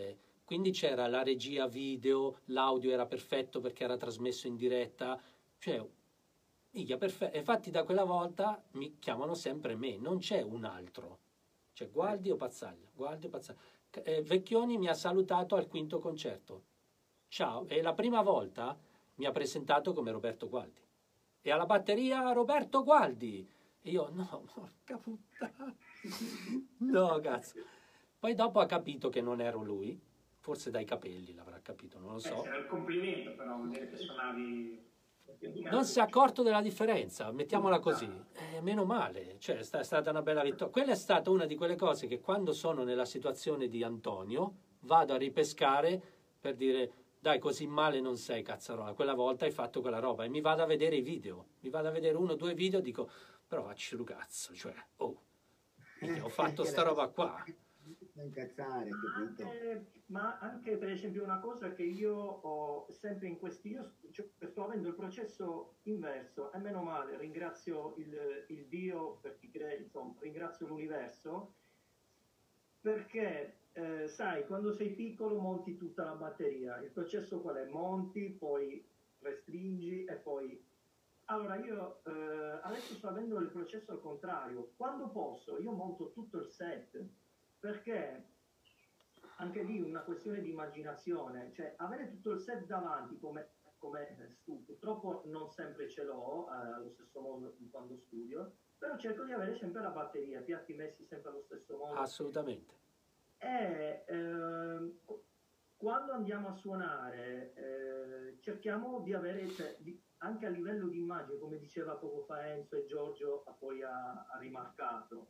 quindi c'era la regia video, l'audio era perfetto perché era trasmesso in diretta, cioè, minchia, perfetto. Infatti da quella volta mi chiamano sempre me, non c'è un altro. Cioè, Gualdi o Pazzaglia, Gualdi o Pazzaglia. Vecchioni mi ha salutato al quinto concerto. Ciao, e la prima volta mi ha presentato come Roberto Gualdi. E alla batteria Roberto Gualdi. E io, no, porca puttana. No, cazzo. Poi dopo ha capito che non ero lui, forse dai capelli l'avrà capito, non lo so. C'era il complimento, però, vuol dire che suonavi... Non si è accorto della differenza, mettiamola così. Meno male, cioè è stata una bella vittoria. Quella è stata una di quelle cose che quando sono nella situazione di Antonio vado a ripescare per dire dai, così male non sei, cazzarola, quella volta hai fatto quella roba, e mi vado a vedere i video, mi vado a vedere 1 o 2 video e dico però facci un cazzo, cioè ho fatto sta roba qua. Incazzare, capito? Ma anche per esempio una cosa che io ho sempre in questi, io sto avendo il processo inverso, e meno male, ringrazio il Dio per chi crede, insomma, ringrazio l'universo, perché sai, quando sei piccolo monti tutta la batteria, il processo qual è? Monti, poi restringi e poi... Allora io adesso sto avendo il processo al contrario, quando posso io monto tutto il set, perché anche lì una questione di immaginazione, cioè avere tutto il set davanti come purtroppo non sempre ce l'ho allo stesso modo quando studio, però cerco di avere sempre la batteria, piatti messi sempre allo stesso modo. Assolutamente. E quando andiamo a suonare cerchiamo di avere, cioè, anche a livello di immagine, come diceva poco fa Enzo e Giorgio poi ha rimarcato,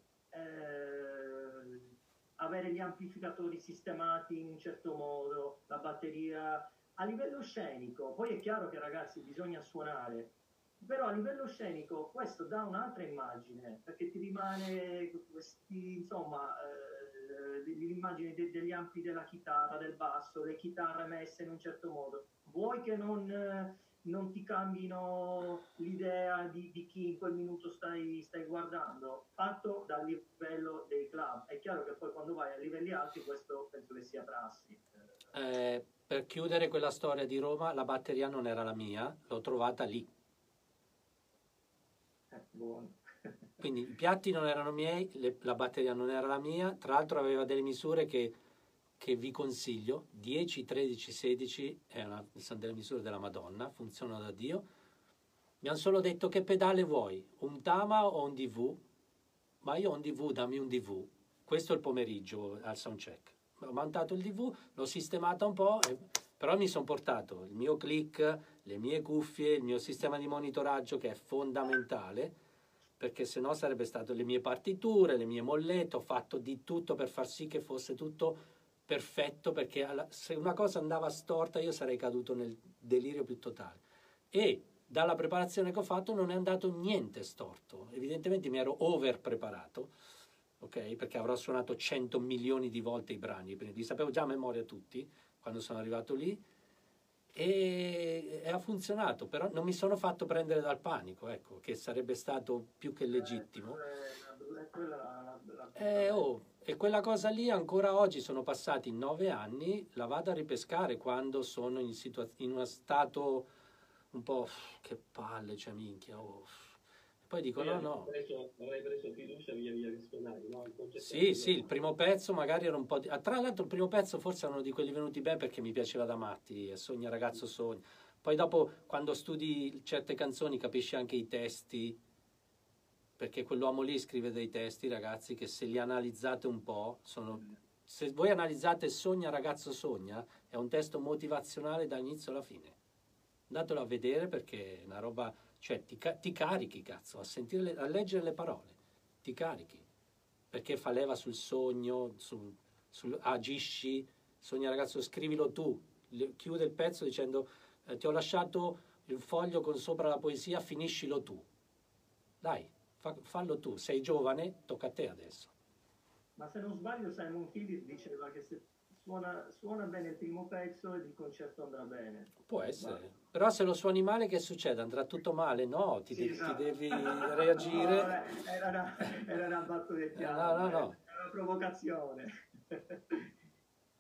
avere gli amplificatori sistemati in un certo modo, la batteria a livello scenico. Poi è chiaro che ragazzi bisogna suonare, però a livello scenico questo dà un'altra immagine, perché ti rimane questi, insomma, l'immagine degli ampi della chitarra, del basso, le chitarre messe in un certo modo. Vuoi che non ti cambino l'idea di chi in quel minuto stai guardando, fatto dal livello dei club. È chiaro che poi quando vai a livelli alti questo penso che sia prassi. Per chiudere quella storia di Roma, la batteria non era la mia, l'ho trovata lì. Buono. Quindi i piatti non erano miei, la batteria non era la mia, tra l'altro aveva delle misure che vi consiglio, 10, 13, 16, sono delle misure della Madonna, funzionano da Dio. Mi hanno solo detto che pedale vuoi, un Tama o un DV? Ma io ho un DV, dammi un DV. Questo è il pomeriggio al soundcheck. Ho montato il DV, l'ho sistemata un po', però mi sono portato il mio click, le mie cuffie, il mio sistema di monitoraggio che è fondamentale, perché sennò sarebbe stato le mie partiture, le mie mollette, ho fatto di tutto per far sì che fosse tutto perfetto, perché se una cosa andava storta io sarei caduto nel delirio più totale. E dalla preparazione che ho fatto non è andato niente storto, evidentemente mi ero over preparato, ok? Perché avrò suonato 100 milioni di volte i brani, li sapevo già a memoria tutti quando sono arrivato lì, e ha funzionato, però non mi sono fatto prendere dal panico, ecco, che sarebbe stato più che legittimo. E quella cosa lì ancora oggi, sono passati 9 anni, la vado a ripescare quando sono in uno stato un po' che palle, cioè minchia, poi dico no. Avrei preso fiducia via via che suonavi, no? Sì, il primo pezzo magari era un po' tra l'altro il primo pezzo forse erano di quelli venuti bene perché mi piaceva da matti, Sogna ragazzo sogna. Poi dopo quando studi certe canzoni capisci anche i testi, perché quell'uomo lì scrive dei testi, ragazzi, che se li analizzate un po' se voi analizzate Sogna ragazzo sogna, è un testo motivazionale dall'inizio alla fine. Andatelo a vedere perché è una roba, cioè ti carichi, cazzo, a leggere le parole, ti carichi, perché fa leva sul sogno, agisci, Sogna ragazzo, scrivilo tu, chiude il pezzo dicendo ti ho lasciato il foglio con sopra la poesia, finiscilo tu, dai, fallo tu, sei giovane, tocca a te adesso. Ma se non sbaglio Simon Phillips diceva che se suona bene il primo pezzo il concerto andrà bene. Può essere, però se lo suoni male che succede? Andrà tutto male? No, ti devi reagire. No, era una battuta, no. Era una provocazione.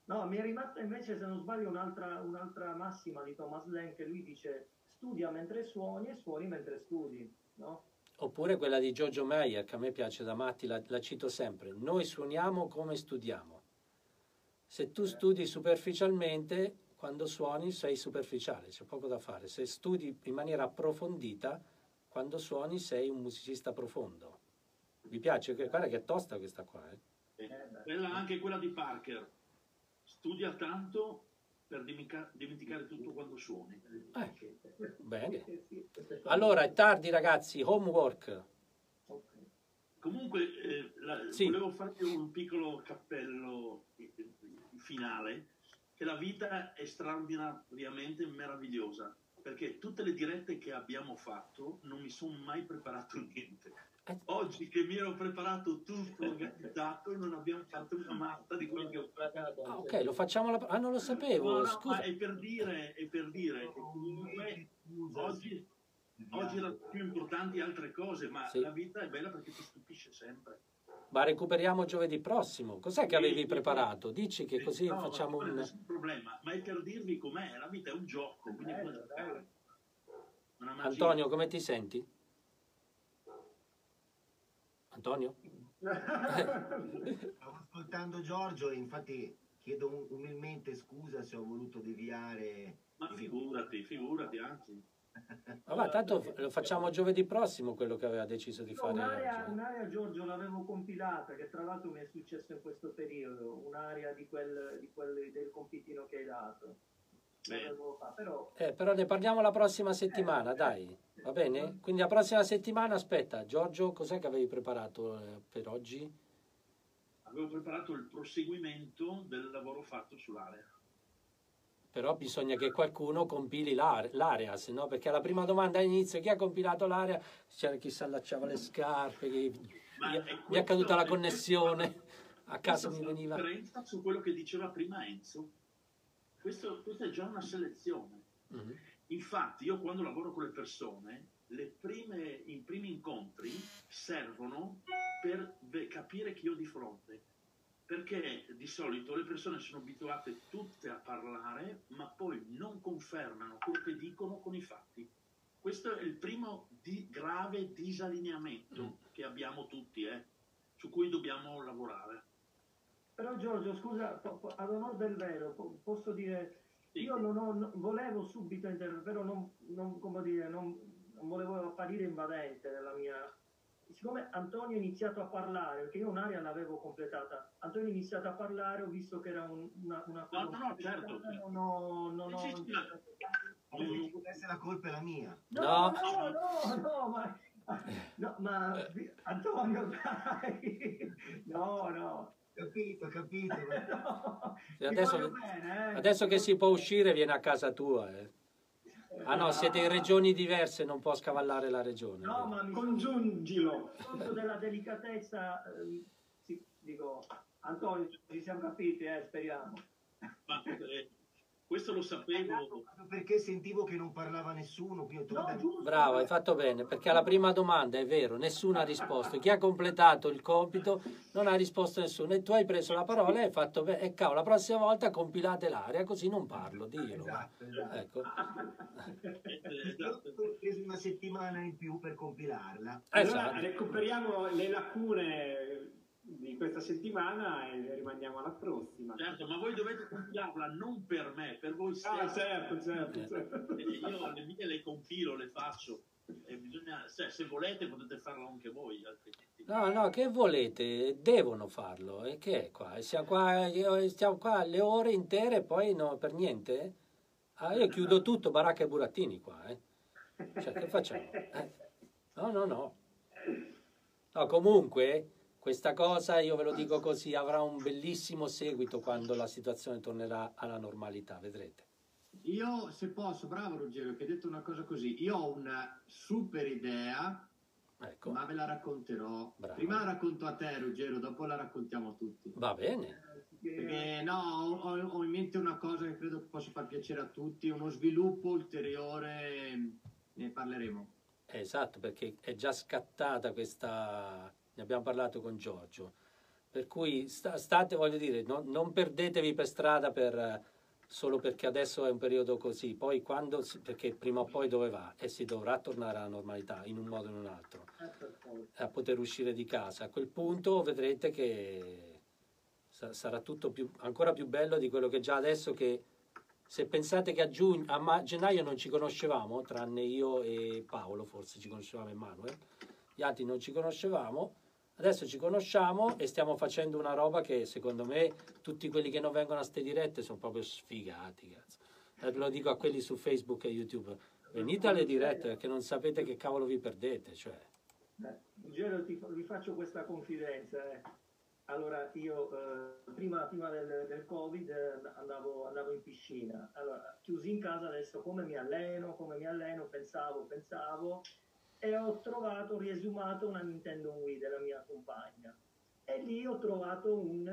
No, mi è rimasta invece, se non sbaglio, un'altra massima di Thomas Lenk, che lui dice studia mentre suoni e suoni mentre studi, no? Oppure quella di Giorgio Meyer, che a me piace da matti, la cito sempre. Noi suoniamo come studiamo. Se tu studi superficialmente, quando suoni sei superficiale, c'è poco da fare. Se studi in maniera approfondita, quando suoni sei un musicista profondo. Vi piace? Guarda che è tosta questa qua. Bella anche quella di Parker. Studia tanto per dimenticare tutto quando suoni. Bene. Allora, è tardi ragazzi, homework. Comunque, sì. Volevo farti un piccolo cappello finale, che la vita è straordinariamente meravigliosa, perché tutte le dirette che abbiamo fatto non mi sono mai preparato niente. Oggi che mi ero preparato tutto organizzato, non abbiamo fatto una mazza di quello che ho preparato. Ok, lo facciamo non lo sapevo, no, scusa. Ma è per dire che comunque oggi erano più importanti altre cose, ma sì. La vita è bella perché ti stupisce sempre. Ma recuperiamo giovedì prossimo. Cos'è che avevi preparato? Dici che così facciamo non è nessun problema, ma è per dirvi com'è, la vita è un gioco, quindi puoi giocare. Antonio, come ti senti? Antonio? Stavo ascoltando Giorgio e infatti chiedo umilmente scusa se ho voluto deviare. Ma figurati, anzi. Vabbè, tanto lo facciamo giovedì prossimo quello che aveva deciso di fare. Un'area, Giorgio, l'avevo compilata, che tra l'altro mi è successo in questo periodo, un'area del compitino che hai dato. Però ne parliamo la prossima settimana, dai, va bene? Quindi la prossima settimana, aspetta, Giorgio, cos'è che avevi preparato per oggi? Avevo preparato il proseguimento del lavoro fatto sull'area. Però bisogna che qualcuno compili l'area, se no, perché alla prima domanda all'inizio, chi ha compilato l'area? C'era chi si allacciava le scarpe, mi è caduta la connessione, a casa mi veniva... differenza su quello che diceva prima Enzo. Questa è già una selezione. Mm-hmm. Infatti io quando lavoro con le persone, i primi incontri servono per capire chi ho di fronte, perché di solito le persone sono abituate tutte a parlare, ma poi non confermano quello che dicono con i fatti. Questo è il primo grave disallineamento che abbiamo tutti, su cui dobbiamo lavorare. Però Giorgio, scusa, ad onor del vero, posso dire, io volevo subito intervenire, però non volevo apparire invadente nella mia... Siccome Antonio ha iniziato a parlare, perché io un'area l'avevo completata, Antonio ha iniziato a parlare, ho visto che era una cosa... No, certo. Potesse la colpa è la mia. No, ma Antonio, dai! No. Capito. No, adesso che si può uscire viene a casa tua. Ah no, siete in regioni diverse, non può scavallare la regione. No, ma congiungilo. Conto della delicatezza, dico, Antonio, ci siamo capiti, speriamo. Ma questo lo sapevo. Perché sentivo che non parlava nessuno. Bravo, hai fatto bene, perché alla prima domanda è vero, nessuno ha risposto. Chi ha completato il compito non ha risposto nessuno. E tu hai preso la parola e hai fatto bene. E cavolo, la prossima volta compilate l'area, così non parlo, dillo. Esatto. Ecco. Ho preso una settimana in più per compilarla. Allora recuperiamo le lacune di questa settimana e rimaniamo alla prossima. Certo, ma voi dovete compilarla non per me, per voi stessi. Ah, certo. Io le mie le compilo, le faccio. E bisogna, se volete potete farlo anche voi. No, che volete? Devono farlo. E che è qua? Stiamo qua le ore intere e poi no, per niente? Io chiudo tutto, baracca e burattini qua. Cioè, che facciamo? No. No, comunque... Questa cosa, io ve lo dico così, avrà un bellissimo seguito quando la situazione tornerà alla normalità, vedrete. Io, se posso, bravo Ruggero, che hai detto una cosa così, io ho una super idea, ecco. Ma ve la racconterò. Bravo. Prima la racconto a te, Ruggero, dopo la raccontiamo a tutti. Va bene. Perché ho in mente una cosa che credo che possa far piacere a tutti, uno sviluppo ulteriore, ne parleremo. Esatto, perché è già scattata questa... Ne abbiamo parlato con Giorgio, Per cui state, voglio dire, non perdetevi per strada solo perché adesso è un periodo così, poi perché prima o poi dove va? E si dovrà tornare alla normalità in un modo o in un altro, a poter uscire di casa. A quel punto vedrete che sarà tutto ancora più bello di quello che già adesso, che se pensate che a gennaio non ci conoscevamo, tranne io e Paolo, forse ci conoscevamo, Emanuele, gli altri non ci conoscevamo. Adesso ci conosciamo e stiamo facendo una roba che secondo me tutti quelli che non vengono a ste dirette sono proprio sfigati, cazzo. Lo dico a quelli su Facebook e YouTube, venite alle dirette perché non sapete che cavolo vi perdete, cioè. Gelo, vi faccio questa confidenza. Allora io prima del Covid andavo in piscina. Allora, chiusi in casa, adesso come mi alleno, pensavo e ho riesumato una Nintendo Wii della mia compagna, e lì ho trovato un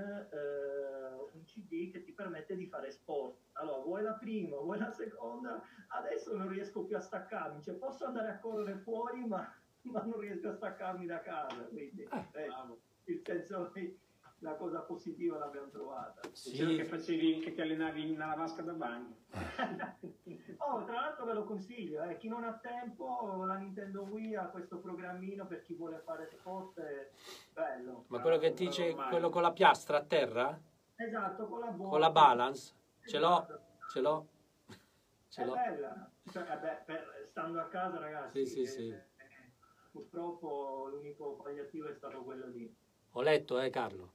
CD che ti permette di fare sport. Allora, vuoi la prima, vuoi la seconda, adesso non riesco più a staccarmi, cioè posso andare a correre fuori ma non riesco a staccarmi da casa, quindi il senso, la cosa positiva l'abbiamo trovata. Sì. Che ti allenavi nella vasca da bagno. Tra l'altro ve lo consiglio, chi non ha tempo, la Nintendo Wii ha questo programmino per chi vuole fare sport, è bello. Ma quello che dice, quello con la piastra a terra? Esatto, con la bolla. Con la balance? Esatto. Ce l'ho. È bella, cioè, stando a casa, ragazzi. Sì. Purtroppo l'unico palliativo è stato quello lì. Ho letto, Carlo.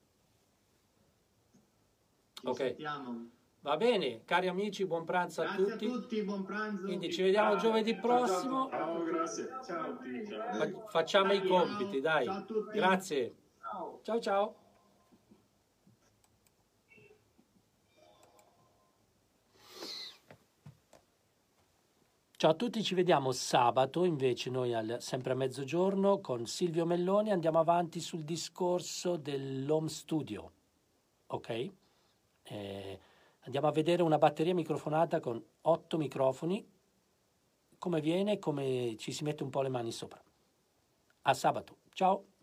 Ci sentiamo. Va bene, cari amici, buon pranzo a tutti. Grazie a tutti, buon pranzo. Quindi ci vediamo giovedì prossimo. Ciao, grazie. Ciao. Facciamo i compiti, dai. Ciao a tutti. Grazie. Ciao. Ciao a tutti, ci vediamo sabato, invece noi sempre a mezzogiorno con Silvio Melloni andiamo avanti sul discorso dell'home studio, ok? Andiamo a vedere una batteria microfonata con 8 microfoni, come viene, come ci si mette un po' le mani sopra. A sabato, ciao!